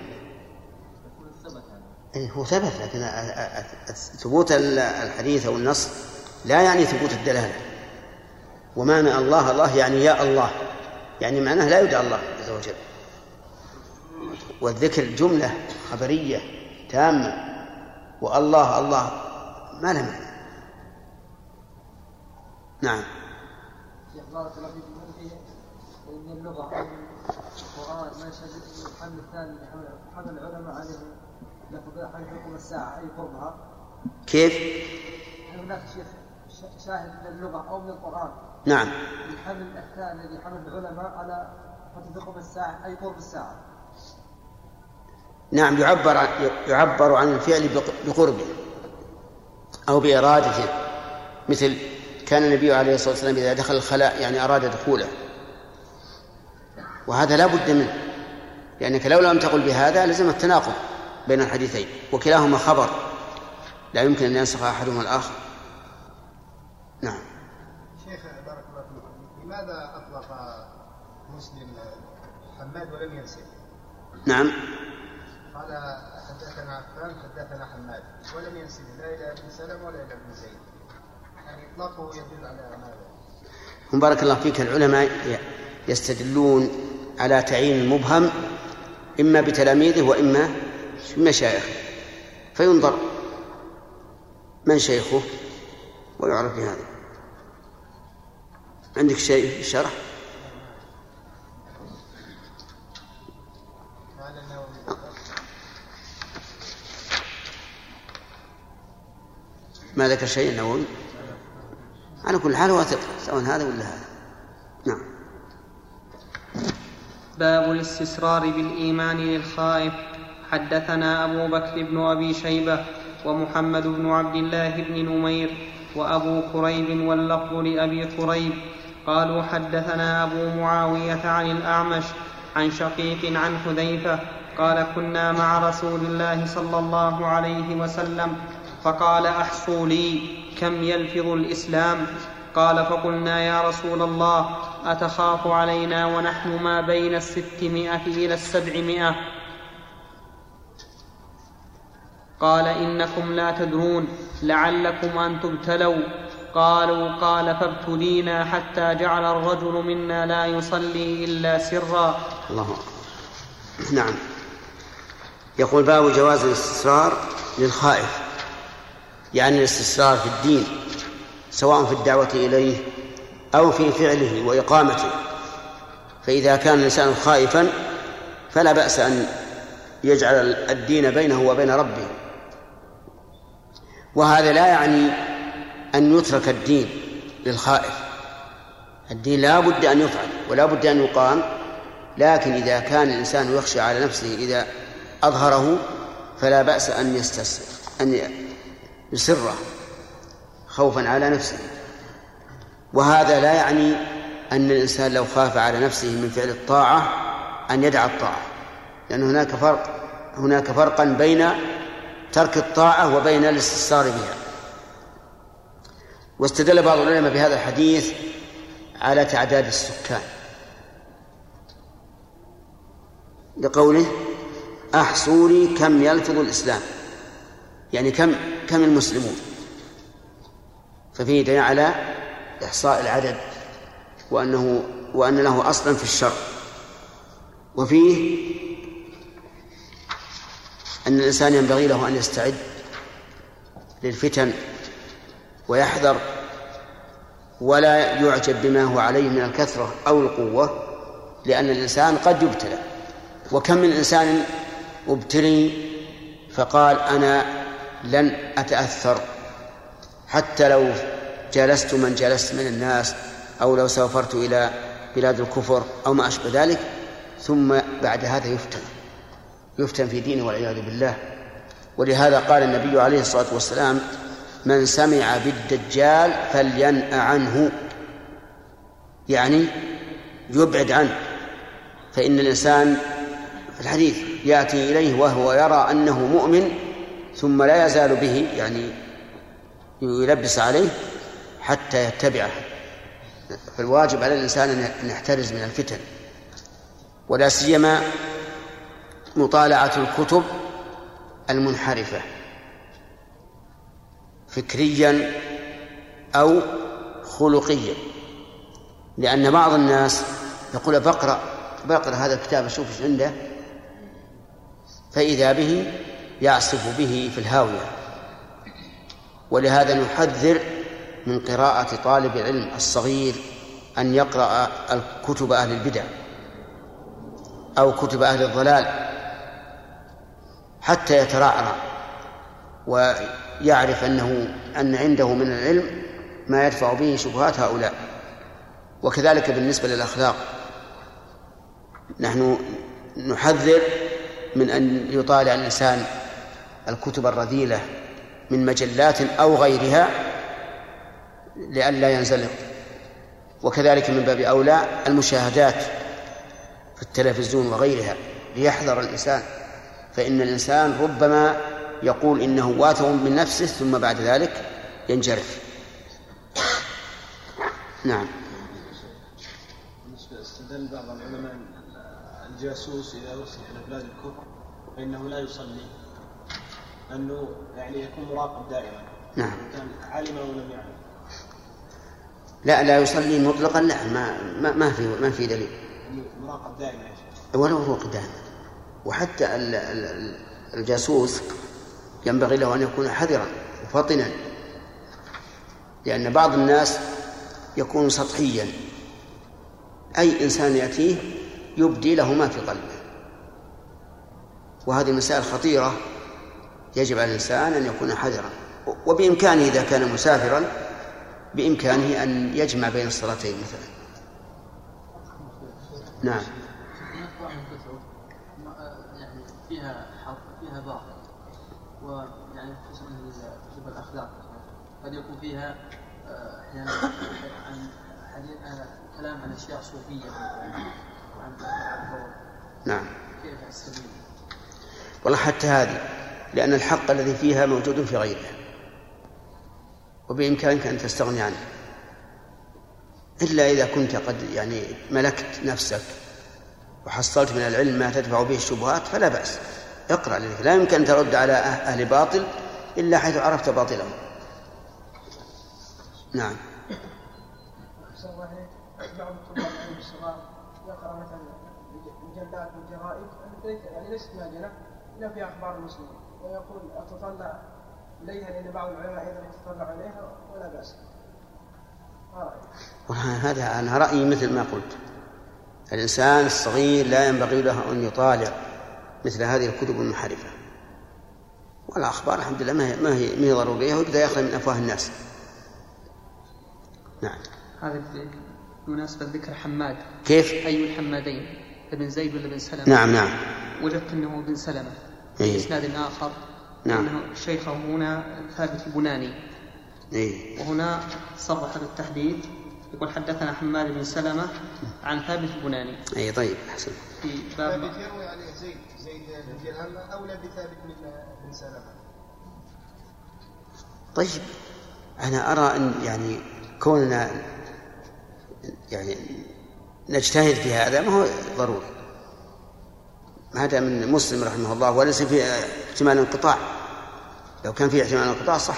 هو ثبت، لكن ثبوت الحديث أو النص لا يعني ثبوت الدلالة. ومعنى الله الله يعني يا الله، يعني معناه لا يدعى الله عز وجل، والذكر جملة خبرية تامة، والله الله ما له معنى. نعم. بارك الله فيكم. من اللغة القرآن ما يشهد الحمل الثاني حمل العلماء عليه لفظ حديثكم الساعة أي قربها. كيف؟ هناك شيخ شاهد من اللغة أو من القرآن. نعم. الحمل الثاني الذي حمل العلماء على حديثكم الساعة أي قرب الساعة. نعم، يعبر عن الفعل بقربه أو بإرادته، مثل كان النبي عليه الصلاة والسلام إذا دخل الخلاء يعني أراد دخوله، وهذا لا بد منه، لأنك لو لم تقل بهذا لزم التناقض بين الحديثين، وكلاهما خبر لا يمكن أن ينسخ أحدهما الآخر. نعم. شيخ بارك الله فيكم، لماذا أطلق مسلم حماد ولم ينسب؟ نعم. قال حدثنا عفان حدثنا حماد ولم ينسب لا إلى ابن سلم ولا إلى ابن زيد، يعني إطلاقه يدل على ماذا؟ هم بارك الله فيك، العلماء يستدلون على تعيين المبهم إما بتلاميذه وإما بمشايخه، فينظر من شيخه ويعرف بهذا. عندك شيء في الشرح؟ ما ذكر شيء النووي؟ على كل حال هو ثقة سواء هذا ولا هذا. نعم. باب الاستسرار بالإيمان للخائف. حدثنا أبو بكر بن أبي شيبة ومحمد بن عبد الله بن نمير وأبو كريب واللفظ لأبي كريب قالوا حدثنا أبو معاوية عن الأعمش عن شقيق عن حذيفة قال كنا مع رسول الله صلى الله عليه وسلم فقال أحصوا لي كم يلفظ الإسلام؟ قال فقلنا يا رسول الله أتخاف علينا ونحن ما بين 600 إلى 700؟ قال إنكم لا تدرون لعلكم أن تبتلوا. قال فابتلينا حتى جعل الرجل منا لا يصلي إلا سرا. الله. نعم. يقول باب جواز الاستسرار للخائف، يعني الاستسرار في الدين سواء في الدعوة إليه أو في فعله وإقامته. فإذا كان الإنسان خائفا فلا بأس أن يجعل الدين بينه وبين ربه، وهذا لا يعني أن يترك الدين للخائف. الدين لا بد أن يفعل ولا بد أن يقام، لكن إذا كان الإنسان يخشى على نفسه إذا أظهره فلا بأس أن يسره خوفا على نفسه. وهذا لا يعني أن الإنسان لو خاف على نفسه من فعل الطاعة أن يدع الطاعة، لأن هناك فرقا بين ترك الطاعة وبين الاستسرار بها. واستدل بعض العلماء بهذا الحديث على تعداد السكان لقوله أحصوا لي كم يلفظ الإسلام، يعني كم المسلمون، ففيه دليل على إحصاء العدد وأن له أصلا في الشرع. وفيه أن الإنسان ينبغي له أن يستعد للفتن ويحذر ولا يعجب بما هو عليه من الكثرة أو القوة، لأن الإنسان قد يبتلى. وكم من إنسان ابتلي فقال أنا لن أتأثر حتى لو جالست من جلست من الناس أو لو سافرت إلى بلاد الكفر أو ما أشبه ذلك، ثم بعد هذا يفتن في دينه والعياذ بالله. ولهذا قال النبي عليه الصلاة والسلام من سمع بالدجال فلينأ عنه، يعني يبعد عنه. فإن الإنسان في الحديث يأتي إليه وهو يرى أنه مؤمن ثم لا يزال به، يعني يلبس عليه حتى يتبعه. فالواجب على الإنسان أن يحترز من الفتن، ولا سيما مطالعة الكتب المنحرفة فكريا أو خلقيا، لأن بعض الناس يقول بقرأ هذا الكتاب أشوف ايش عنده، فإذا به يعصف به في الهاوية. ولهذا نحذر من قراءة طالب العلم الصغير أن يقرأ الكتب أهل البدع، أو كتب أهل الضلال حتى يترعرع ويعرف أن عنده من العلم ما يدفع به شبهات هؤلاء. وكذلك بالنسبة للأخلاق، نحن نحذر من أن يطالع الإنسان الكتب الرذيلة من مجلات أو غيرها لئلا ينزلق، وكذلك من باب أولى المشاهدات في التلفزيون وغيرها ليحذر الإنسان، فإن الإنسان ربما يقول إنه واثق من نفسه ثم بعد ذلك ينجرف. نعم. استدل بعض العلماء الجاسوس إذا وصل إلى بلاد الكفر فإنه لا يصلي، أنه يعني يكون مراقب دائما. نعم. كان علم أو لم يعلم. لا يصلي مطلقا، لا ما في دليل. مراقب دائما يا شيخ. ولا مراقب دائما. وحتى الجاسوس ينبغي له أن يكون حذرا وفطنا، لأن بعض الناس يكون سطحيا، أي إنسان يأتيه يبدي له ما في قلبه، وهذه مسائل خطيرة يجب على الإنسان أن يكون حذرا. وبإمكانه إذا كان مسافرا بإمكانه أن يجمع بين الصلاتين مثلا. نعم. يعني فيها حق فيها باطل، ويعني كتب الأخلاق قد يكون فيها أحيانا كلام عن أشياء صوفية وعن نعم. كيف السبيل؟ والله حتى هذه، لأن الحق الذي فيها موجود في غيرها وبإمكانك أن تستغني عنه، إلا إذا كنت قد يعني ملكت نفسك وحصلت من العلم ما تدفع به الشبهات فلا بأس، اقرأ لذلك. لا يمكن أن ترد على أهل باطل إلا حيث عرفت باطلهم. نعم. بعض الطلاب الصغار يقرأ مثلا مجلات وجرائد يعني ليست ماجنة إلا في أخبار المسلمين، ويقول أتطلع إليها لأن بعض العلماء أيضا يتطلع إليها ولا بأس. هذا أنا رأيي مثل ما قلت، الإنسان الصغير لا ينبغي له أن يطالع مثل هذه الكتب المنحرفة، والأخبار الحمد لله ما هي ضرورية ويقدر يأخذ من أفواه الناس. نعم. هذا بمناسبة ذكر حماد. كيف؟ أي الحمادين، ابن زيد ولا ابن سلمة؟ نعم. وجدت أنه ابن سلمة في إسناد آخر. نعم. أنه شيخه هنا ثابت البناني. وهنا صرح بالتحديد، يقول حدثنا حماد بن سلمة عن ثابت البناني. طيب أحسن. في باب يروي عليه زيد بن جلال أولى بثابت بن سلمة. طيب أنا أرى أن يعني كوننا يعني نجتهد في هذا ما هو ضروري، هذا من مسلم رحمه الله، وليس في احتمال انقطاع. لو كان في احتمال انقطاع صح.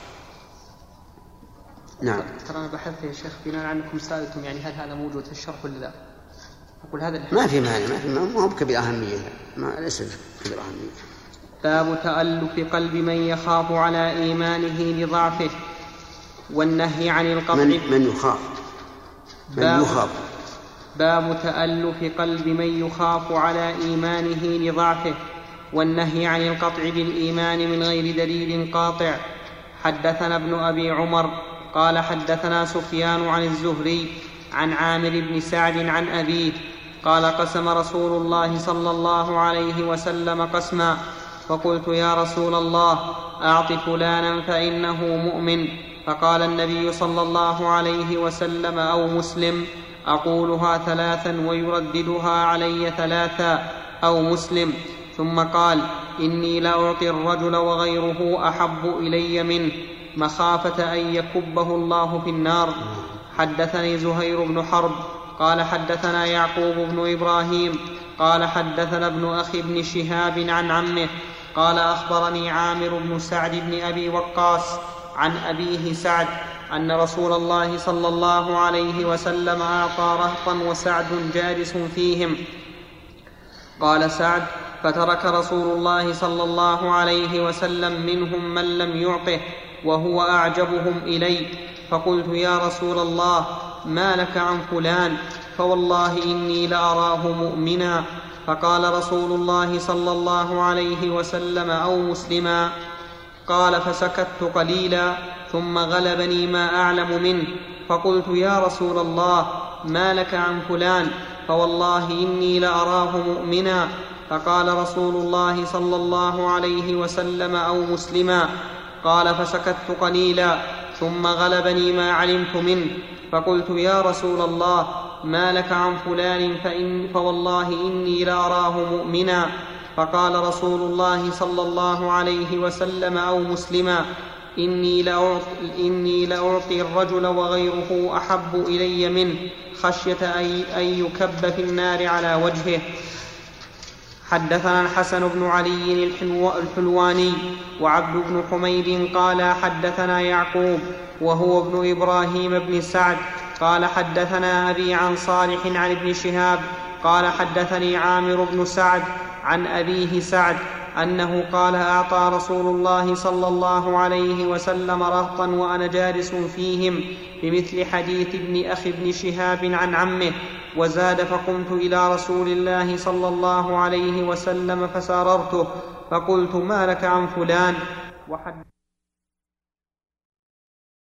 نعم. ترى أنا بحثت يا شيخ بناء عنكم سألتم يعني هل هذا موجود في الشرح ولا لا؟ أقول هذا ما في معنى، ما هو بكبير أهمية، ليس بكبير أهمية. باب تألف قلب من يخاف على إيمانه لضعفه والنهي عن القطع. من يخاف. باب تألف قلب من يخاف على إيمانه لضعفه والنهي عن القطع بالإيمان من غير دليل قاطع. حدثنا ابن أبي عمر قال حدثنا سفيان عن الزهري عن عامر بن سعد عن أبيه قال قسم رسول الله صلى الله عليه وسلم قسما، فقلت يا رسول الله أعط فلانا فإنه مؤمن، فقال النبي صلى الله عليه وسلم أو مسلم، أقولها ثلاثا ويرددها علي ثلاثا، أو مسلم. ثم قال إني لأعطي الرجل وغيره أحب إلي منه مخافة أن يكبه الله في النار. حدثني زهير بن حرب قال حدثنا يعقوب بن إبراهيم قال حدثنا ابن أخي بن شهاب عن عمه قال أخبرني عامر بن سعد بن أبي وقاص عن أبيه سعد أن رسول الله صلى الله عليه وسلم أعطى رهطا وسعد جالس فيهم. قال سعد فترك رسول الله صلى الله عليه وسلم منهم من لم يعطه وهو أعجبهم إلي، فقلت يا رسول الله ما لك عن فلان، فوالله إني لأراه مؤمنا. فقال رسول الله صلى الله عليه وسلم: أو مسلما. قال: فسكت قليلا ثم غلبني ما أعلم منه، فقلت: يا رسول الله، ما لك عن فلان؟ فوالله إني لأراه مؤمنا. فقال رسول الله صلى الله عليه وسلم: أو مسلما. قال: فسكت قليلا ثم غلبني ما علمت منه، فقلت: يا رسول الله، ما لك عن فلان؟ فوالله إني لأراه مؤمنا. فقال رسول الله صلى الله عليه وسلم: أو مسلما. إني لأعطي الرجل وغيره أحب إلي منه، خشية أن يكب في النار على وجهه. حدثنا الحسن بن علي الحلواني وعبد بن حميد قال حدثنا يعقوب وهو ابن إبراهيم بن سعد قال حدثنا أبي عن صالح عن ابن شهاب قال حدثني عامر بن سعد عن أبيه سعد أنه قال: أعطى رسول الله صلى الله عليه وسلم رهطا وأنا جالس فيهم بمثل حديث ابن أخي ابن شهاب عن عمه، وزاد: فقمت إلى رسول الله صلى الله عليه وسلم فساررته فقلت: ما لك عن فلان؟